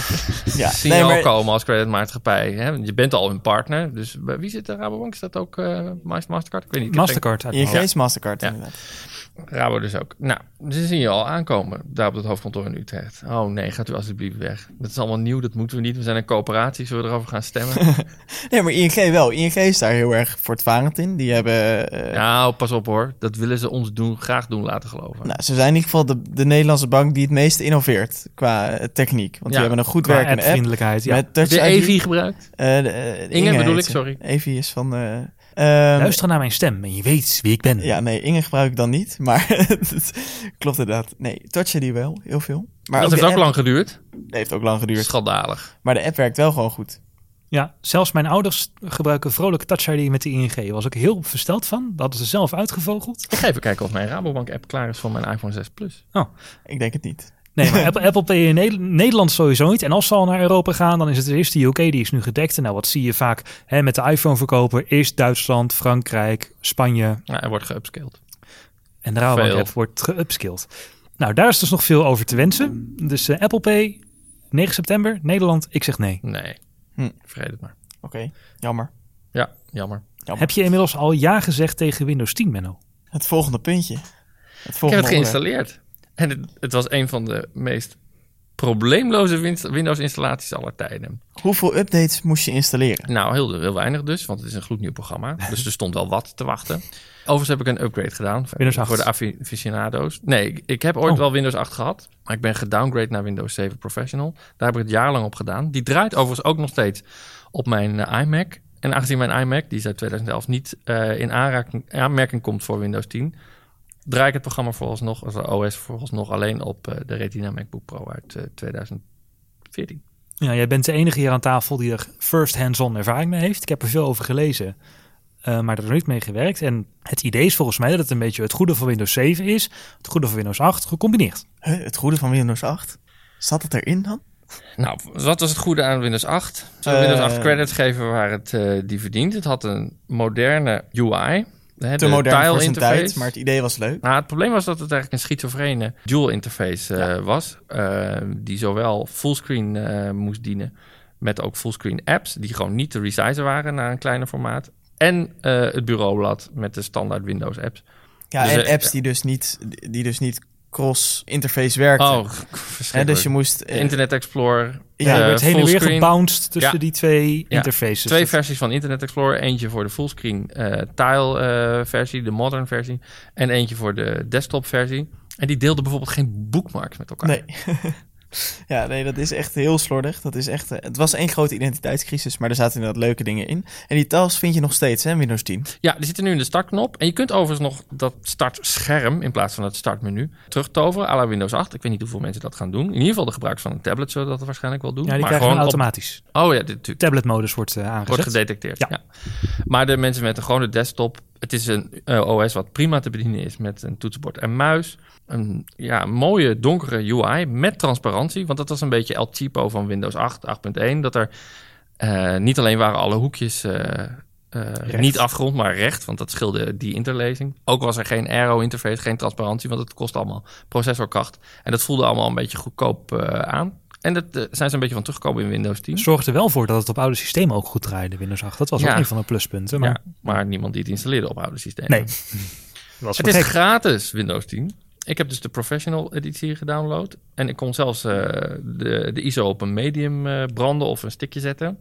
Ja, Zie je al komen als creditmaatschappij. Hè? Je bent al een partner. Dus bij wie zit de Rabobank? Is dat ook Mastercard? Ik weet niet. Mastercard. uit mijn ING hoofd. is Mastercard Ja. inderdaad. Rabo dus ook. Nou, ze zien je al aankomen daar op het hoofdkantoor in Utrecht. Oh nee, gaat u alsjeblieft weg. Dat is allemaal nieuw, dat moeten we niet. We zijn een coöperatie, zullen we erover gaan stemmen? Nee, maar ING wel. ING is daar heel erg voortvarend in. Die hebben... Nou, pas op hoor. Dat willen ze ons graag doen laten geloven. Nou, ze zijn in ieder geval de Nederlandse bank die het meest innoveert qua techniek. Want die hebben een goed Qua werkende app. appvriendelijkheid, ja. Met Touch Heb je ID. Evi gebruikt? Inge bedoel heet ik, ze. sorry. Evi is van... Luister naar mijn stem en je weet wie ik ben. Ja, nee, Inge gebruik ik dan niet. Maar dat klopt inderdaad. Nee, Touch ID wel, heel veel. Maar Dat de heeft ook app lang geduurd. heeft ook lang geduurd. Schandalig. Maar de app werkt wel gewoon goed. Ja, zelfs mijn ouders gebruiken vrolijk Touch ID met de ING. Daar was ik heel versteld van. Dat hadden ze zelf uitgevogeld. Ik ga even kijken of mijn Rabobank-app klaar is voor mijn iPhone 6 Plus. Ik denk het niet. Nee, maar Apple Pay in Nederland sowieso niet. En als ze al naar Europa gaan, dan is het eerst de UK, die is nu gedekt. En nou, wat zie je vaak met de iPhone-verkoper? Eerst Duitsland, Frankrijk, Spanje. Ja, hij wordt geupscaled. En de Rabobank Veel. app wordt geupskilled. Nou, daar is dus nog veel over te wensen. Dus Apple Pay, 9 september, Nederland. Ik zeg nee. Nee, vergeet het maar. Oké, jammer. Ja, jammer. Heb je inmiddels al ja gezegd tegen Windows 10, Menno? Het volgende puntje. Het Ik heb volgende het geïnstalleerd. En het was een van de meest probleemloze Windows-installaties aller tijden. onderwerp. Hoeveel updates moest je installeren? Nou, heel weinig dus, want het is een gloednieuw programma. Dus er stond wel wat te wachten. Overigens heb ik een upgrade gedaan. Windows 8. Voor de aficionado's. Nee, ik heb ooit wel Windows 8 gehad. Maar ik ben gedowngrade naar Windows 7 Professional. Daar heb ik het jarenlang op gedaan. Die draait overigens ook nog steeds op mijn iMac. En aangezien mijn iMac, die is uit 2011, niet in aanmerking komt voor Windows 10... draai ik het programma vooralsnog, als de OS vooralsnog alleen op de Retina MacBook Pro uit 2014. Ja, jij bent de enige hier aan tafel die er first hands-on ervaring mee heeft. Ik heb er veel over gelezen, maar er nog niet mee gewerkt. En het idee is volgens mij dat het een beetje het goede van Windows 7 is, het goede van Windows 8 gecombineerd. Het goede van Windows 8? Zat het erin dan? Nou, wat was het goede aan Windows 8? Zullen we Windows 8 credits geven waar het die verdient? Het had een moderne UI. Te modern voor zijn tijd, maar het idee was leuk. Nou, het probleem was dat het eigenlijk een schizofrene dual interface was. Die zowel fullscreen moest dienen met ook fullscreen apps. Die gewoon niet te resizen waren naar een kleiner formaat. En het bureaublad met de standaard Windows apps. Ja, Dus, en apps die dus niet cross-interface werkten. Oh, verschrikkelijk. Dus je moest... Internet Explorer. Ja, je werd heen en weer fullscreen. gebounced tussen die twee interfaces. 2 versies van Internet Explorer. Eentje voor de fullscreen tile versie, de modern versie. En eentje voor de desktop versie. En die deelden bijvoorbeeld geen bookmarks met elkaar. Nee. Ja, nee, dat is echt heel slordig. Dat is echt, het was één grote identiteitscrisis, maar er zaten inderdaad leuke dingen in. En die tiles vind je nog steeds, hè, in Windows 10. Ja, die zitten nu in de startknop. En je kunt overigens nog dat startscherm in plaats van het startmenu terugtoveren à la Windows 8. Ik weet niet hoeveel mensen dat gaan doen. In ieder geval de gebruikers van een tablet zullen dat waarschijnlijk wel doen. Ja, die maar krijgen gewoon we automatisch. Oh ja, dit natuurlijk. Tabletmodus wordt aangezet. Wordt gedetecteerd, Ja. ja. Maar de mensen met een gewone desktop... Het is een OS wat prima te bedienen is met een toetsenbord en muis. Een mooie donkere UI met transparantie. Want dat was een beetje El Cheapo van Windows 8, 8.1. Dat er niet alleen waren alle hoekjes niet afgerond, maar recht. Want dat scheelde die interlezing. Ook was er geen aero-interface, geen transparantie. Want het kost allemaal processorkracht. En dat voelde allemaal een beetje goedkoop aan. En dat zijn ze een beetje van teruggekomen in Windows 10. Zorgde er wel voor dat het op oude systemen ook goed draaide, Windows 8. Dat was ook een van de pluspunten. Maar Maar niemand die het installeerde op oude systemen. nee, dat was Het is gek. gratis, Windows 10. Ik heb dus de professional editie gedownload. En ik kon zelfs de ISO op een medium branden of een stickje zetten.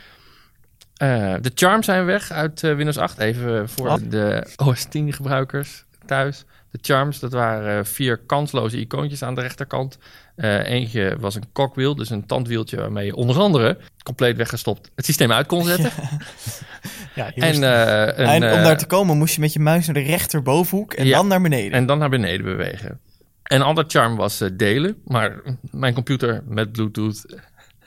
De charms zijn weg uit Windows 8. Even voor de OS 10 gebruikers thuis. De charms, dat waren 4 kansloze icoontjes aan de rechterkant. Eentje was een cogwheel, dus een tandwieltje waarmee je onder andere compleet weggestopt het systeem uit kon zetten. Ja, En om daar te komen moest je met je muis naar de rechterbovenhoek en dan naar beneden. En dan naar beneden bewegen. Een ander charm was delen, maar mijn computer met Bluetooth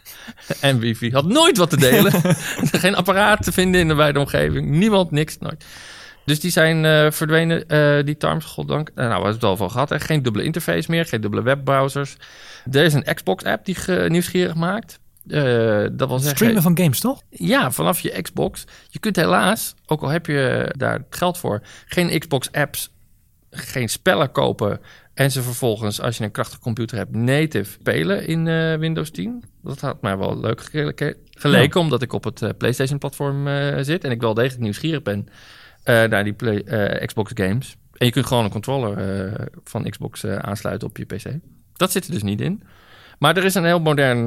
en wifi had nooit wat te delen. Geen apparaat te vinden in de wijde omgeving. Niemand, niks, nooit. Dus die zijn verdwenen, die charms, goddank. Nou, we hebben het al van gehad. Hè? Geen dubbele interface meer, geen dubbele webbrowsers. Er is een Xbox-app die nieuwsgierig maakt. Dat wil zeggen, streamen van games, toch? Ja, vanaf je Xbox. Je kunt helaas, ook al heb je daar het geld voor, geen Xbox-apps, geen spellen kopen en ze vervolgens, als je een krachtige computer hebt, native spelen in Windows 10. Dat had mij wel leuk geleken, omdat ik op het PlayStation-platform zit en ik wel degelijk nieuwsgierig ben naar die Xbox games. En je kunt gewoon een controller van Xbox aansluiten op je PC. Dat zit er dus niet in. Maar er is een heel modern,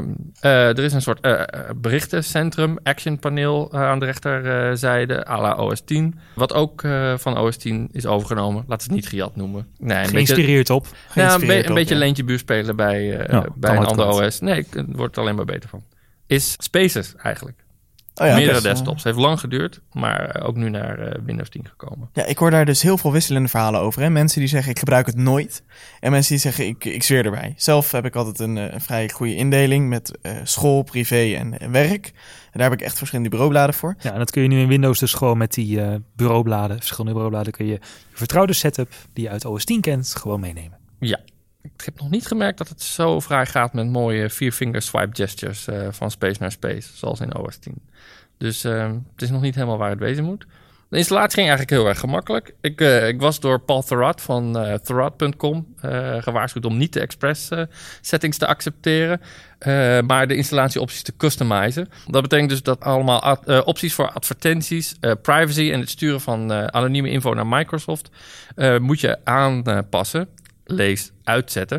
er is een soort berichtencentrum, actionpaneel aan de rechterzijde, à la OS 10. Wat ook van OS 10 is overgenomen. Laten we het niet gejat noemen. Nee, geïnspireerd op. Een beetje leentje buur spelen bij een ander OS. Nee, het wordt er alleen maar beter van. Is Spaces eigenlijk. Meerdere desktops. Heeft lang geduurd, maar ook nu naar Windows 10 gekomen. Ja, ik hoor daar dus heel veel wisselende verhalen over. Hè? Mensen die zeggen, ik gebruik het nooit. En mensen die zeggen, ik zweer erbij. Zelf heb ik altijd een vrij goede indeling met school, privé en werk. En daar heb ik echt verschillende bureaubladen voor. Ja, en dat kun je nu in Windows dus gewoon met die bureaubladen, verschillende bureaubladen, kun je je vertrouwde setup die je uit OS 10 kent, gewoon meenemen. Ja. Ik heb nog niet gemerkt dat het zo vrij gaat met mooie 4-finger swipe gestures van space naar space, zoals in OS 10. Dus het is nog niet helemaal waar het wezen moet. De installatie ging eigenlijk heel erg gemakkelijk. Ik was door Paul Thurrott van Thurrott.com gewaarschuwd om niet de Express settings te accepteren, maar de installatieopties te customizen. Dat betekent dus dat allemaal opties voor advertenties, privacy en het sturen van anonieme info naar Microsoft moet je aanpassen. Lees uitzetten.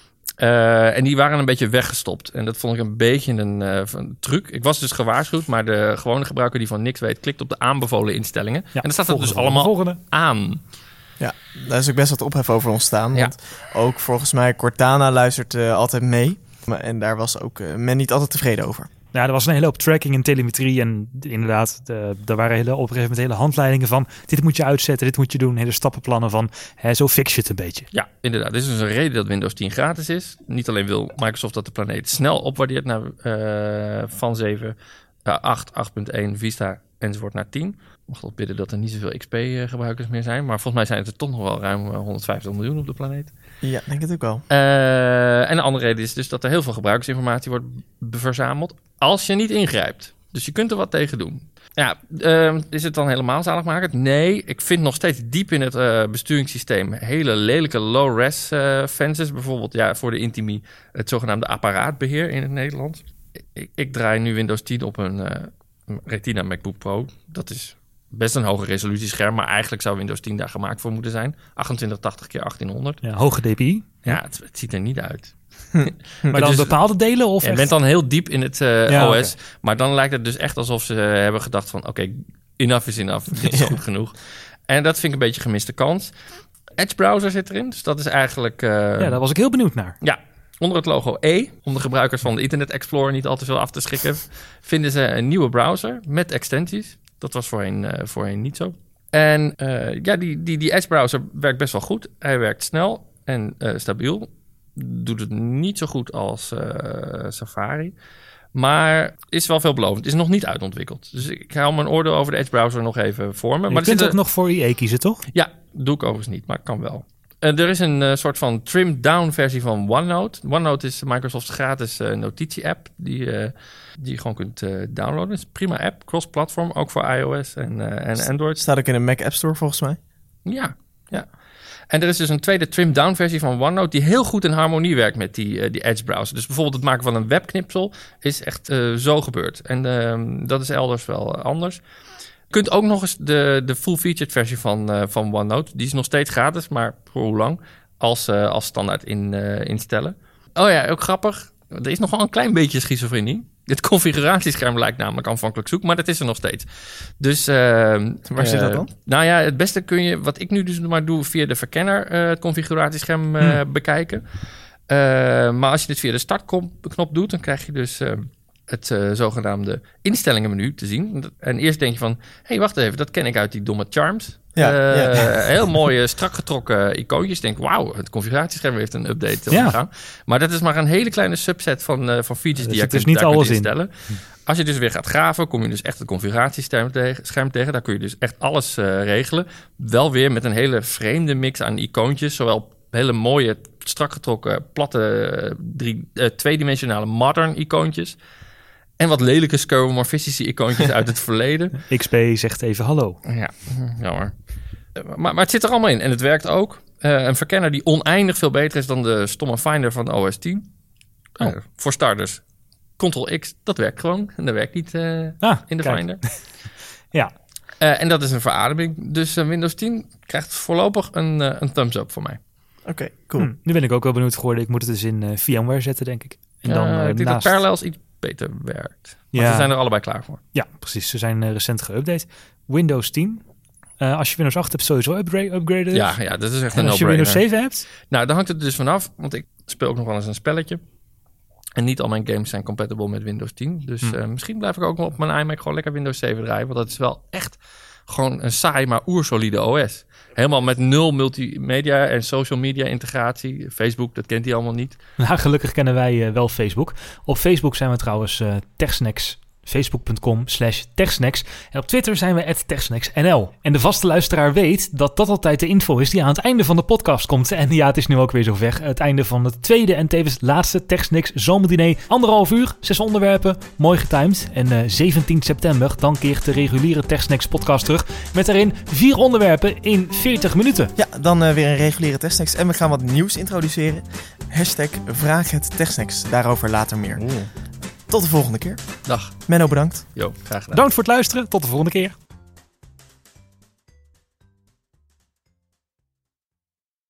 En die waren een beetje weggestopt. En dat vond ik een beetje een truc. Ik was dus gewaarschuwd, maar de gewone gebruiker die van niks weet, klikt op de aanbevolen instellingen. Ja, en dan staat het dus allemaal aan. Ja, daar is ook best wat ophef over ontstaan. Want ook volgens mij Cortana luistert altijd mee. En daar was ook men niet altijd tevreden over. Ja, er was een hele hoop tracking en telemetrie. En inderdaad, er waren op een gegeven moment hele handleidingen van dit moet je uitzetten, dit moet je doen. Hele stappenplannen van zo fix je het een beetje. Ja, inderdaad. Dit is dus een reden dat Windows 10 gratis is. Niet alleen wil Microsoft dat de planeet snel opwaardeert naar van 7, 8, 8.1, Vista enzovoort naar 10. Ik mag God bidden dat er niet zoveel XP-gebruikers meer zijn. Maar volgens mij zijn het er toch nog wel ruim 150 miljoen op de planeet. Ja, denk het ook wel. En de andere reden is dus dat er heel veel gebruikersinformatie wordt verzameld als je niet ingrijpt. Dus je kunt er wat tegen doen. Ja, is het dan helemaal zaligmakend? Nee, ik vind nog steeds diep in het besturingssysteem hele lelijke low-res fences. Bijvoorbeeld voor de Intimi het zogenaamde apparaatbeheer in het Nederlands. Ik draai nu Windows 10 op een Retina MacBook Pro. Dat is best een hoge resolutiescherm, maar eigenlijk zou Windows 10 daar gemaakt voor moeten zijn. 2880 x 1800. Ja, hoge DPI. Ja, het ziet er niet uit. Maar dan dus, bepaalde delen? Of je bent dan heel diep in het OS. Okay. Maar dan lijkt het dus echt alsof ze hebben gedacht van oké, enough is enough. Dit is goed genoeg. En dat vind ik een beetje gemiste kans. Edge browser zit erin, dus dat is eigenlijk... Ja, daar was ik heel benieuwd naar. Ja, onder het logo E, om de gebruikers van de Internet Explorer niet al te veel af te schrikken, vinden ze een nieuwe browser met extensies. Dat was voorheen niet zo. En die Edge browser werkt best wel goed. Hij werkt snel en stabiel. Doet het niet zo goed als Safari. Maar is wel veelbelovend. Is nog niet uitontwikkeld. Dus ik hou mijn oordeel over de Edge browser nog even voor me. Maar je kunt ook nog voor IE kiezen, toch? Ja, doe ik overigens niet, maar kan wel. Er is een soort van trimmed-down versie van OneNote. OneNote is Microsoft's gratis notitie-app die je gewoon kunt downloaden. Het is een prima app, cross-platform, ook voor iOS en Android. Staat ook in de Mac App Store volgens mij. Ja. En er is dus een tweede trimmed-down versie van OneNote die heel goed in harmonie werkt met die Edge browser. Dus bijvoorbeeld het maken van een webknipsel is echt zo gebeurd. En dat is elders wel anders. Je kunt ook nog eens de full-featured versie van OneNote. Die is nog steeds gratis, maar voor hoe lang? als standaard instellen. Oh ja, ook grappig. Er is nog wel een klein beetje schizofrenie. Het configuratiescherm lijkt namelijk aanvankelijk zoek, maar dat is er nog steeds. Dus waar zit dat dan? Nou ja, het beste kun je, wat ik nu dus maar doe, via de verkenner het configuratiescherm bekijken. Maar als je dit via de startknop doet, dan krijg je dus het zogenaamde instellingenmenu te zien. En eerst denk je van, hé, wacht even, dat ken ik uit die domme Charms. Heel mooie, strak getrokken icoontjes. Denk, wauw, het configuratiescherm heeft een update ondergaan. Maar dat is maar een hele kleine subset van features die je kunt instellen. Als je dus weer gaat graven, kom je dus echt het configuratiescherm tegen. Daar kun je dus echt alles regelen. Wel weer met een hele vreemde mix aan icoontjes. Zowel hele mooie, strak getrokken, platte, tweedimensionale modern icoontjes. En wat lelijke skeuomorfistische icoontjes uit het verleden. XP zegt even hallo. Ja, jammer. Maar het zit er allemaal in. En het werkt ook. Een verkenner die oneindig veel beter is dan de stomme Finder van OS 10. Voor starters, Ctrl-X, dat werkt gewoon. En dat werkt niet in de Finder. Ja. En dat is een verademing. Dus Windows 10 krijgt voorlopig een thumbs up voor mij. Oké, cool. Nu ben ik ook wel benieuwd geworden. Ik moet het dus in VMware zetten, denk ik. En dan ik denk dat Parallels iets beter werkt. Maar ze zijn er allebei klaar voor. Ja, precies. Ze zijn recent geüpdate. Windows 10. Als je Windows 8 hebt, sowieso upgraden. Ja, dat is echt en een no-brainer. als je Windows 7 hebt? Nou, daar hangt het dus vanaf. Want ik speel ook nog wel eens een spelletje. En niet al mijn games zijn compatible met Windows 10. Dus misschien blijf ik ook wel op mijn iMac gewoon lekker Windows 7 draaien. Want dat is wel echt gewoon een saai, maar oersolide OS. Helemaal met 0 multimedia en social media integratie. Facebook, dat kent hij allemaal niet. Nou, gelukkig kennen wij wel Facebook. Op Facebook zijn we trouwens TechSnacks. Facebook.com/TechSnacks. En op Twitter zijn we @TechSnacksNL. En de vaste luisteraar weet dat dat altijd de info is die aan het einde van de podcast komt. En ja, het is nu ook weer zover. Het einde van het tweede en tevens laatste TechSnacks zomerdiner. 1,5 uur, 6 onderwerpen, mooi getimed. En 17 september, dan keert de reguliere TechSnacks podcast terug. Met daarin 4 onderwerpen in 40 minuten. Ja, dan weer een reguliere TechSnacks. En we gaan wat nieuws introduceren. #VraagHetTechSnacks. Daarover later meer. Tot de volgende keer. Dag. Menno, bedankt. Jo, graag gedaan. Bedankt voor het luisteren. Tot de volgende keer.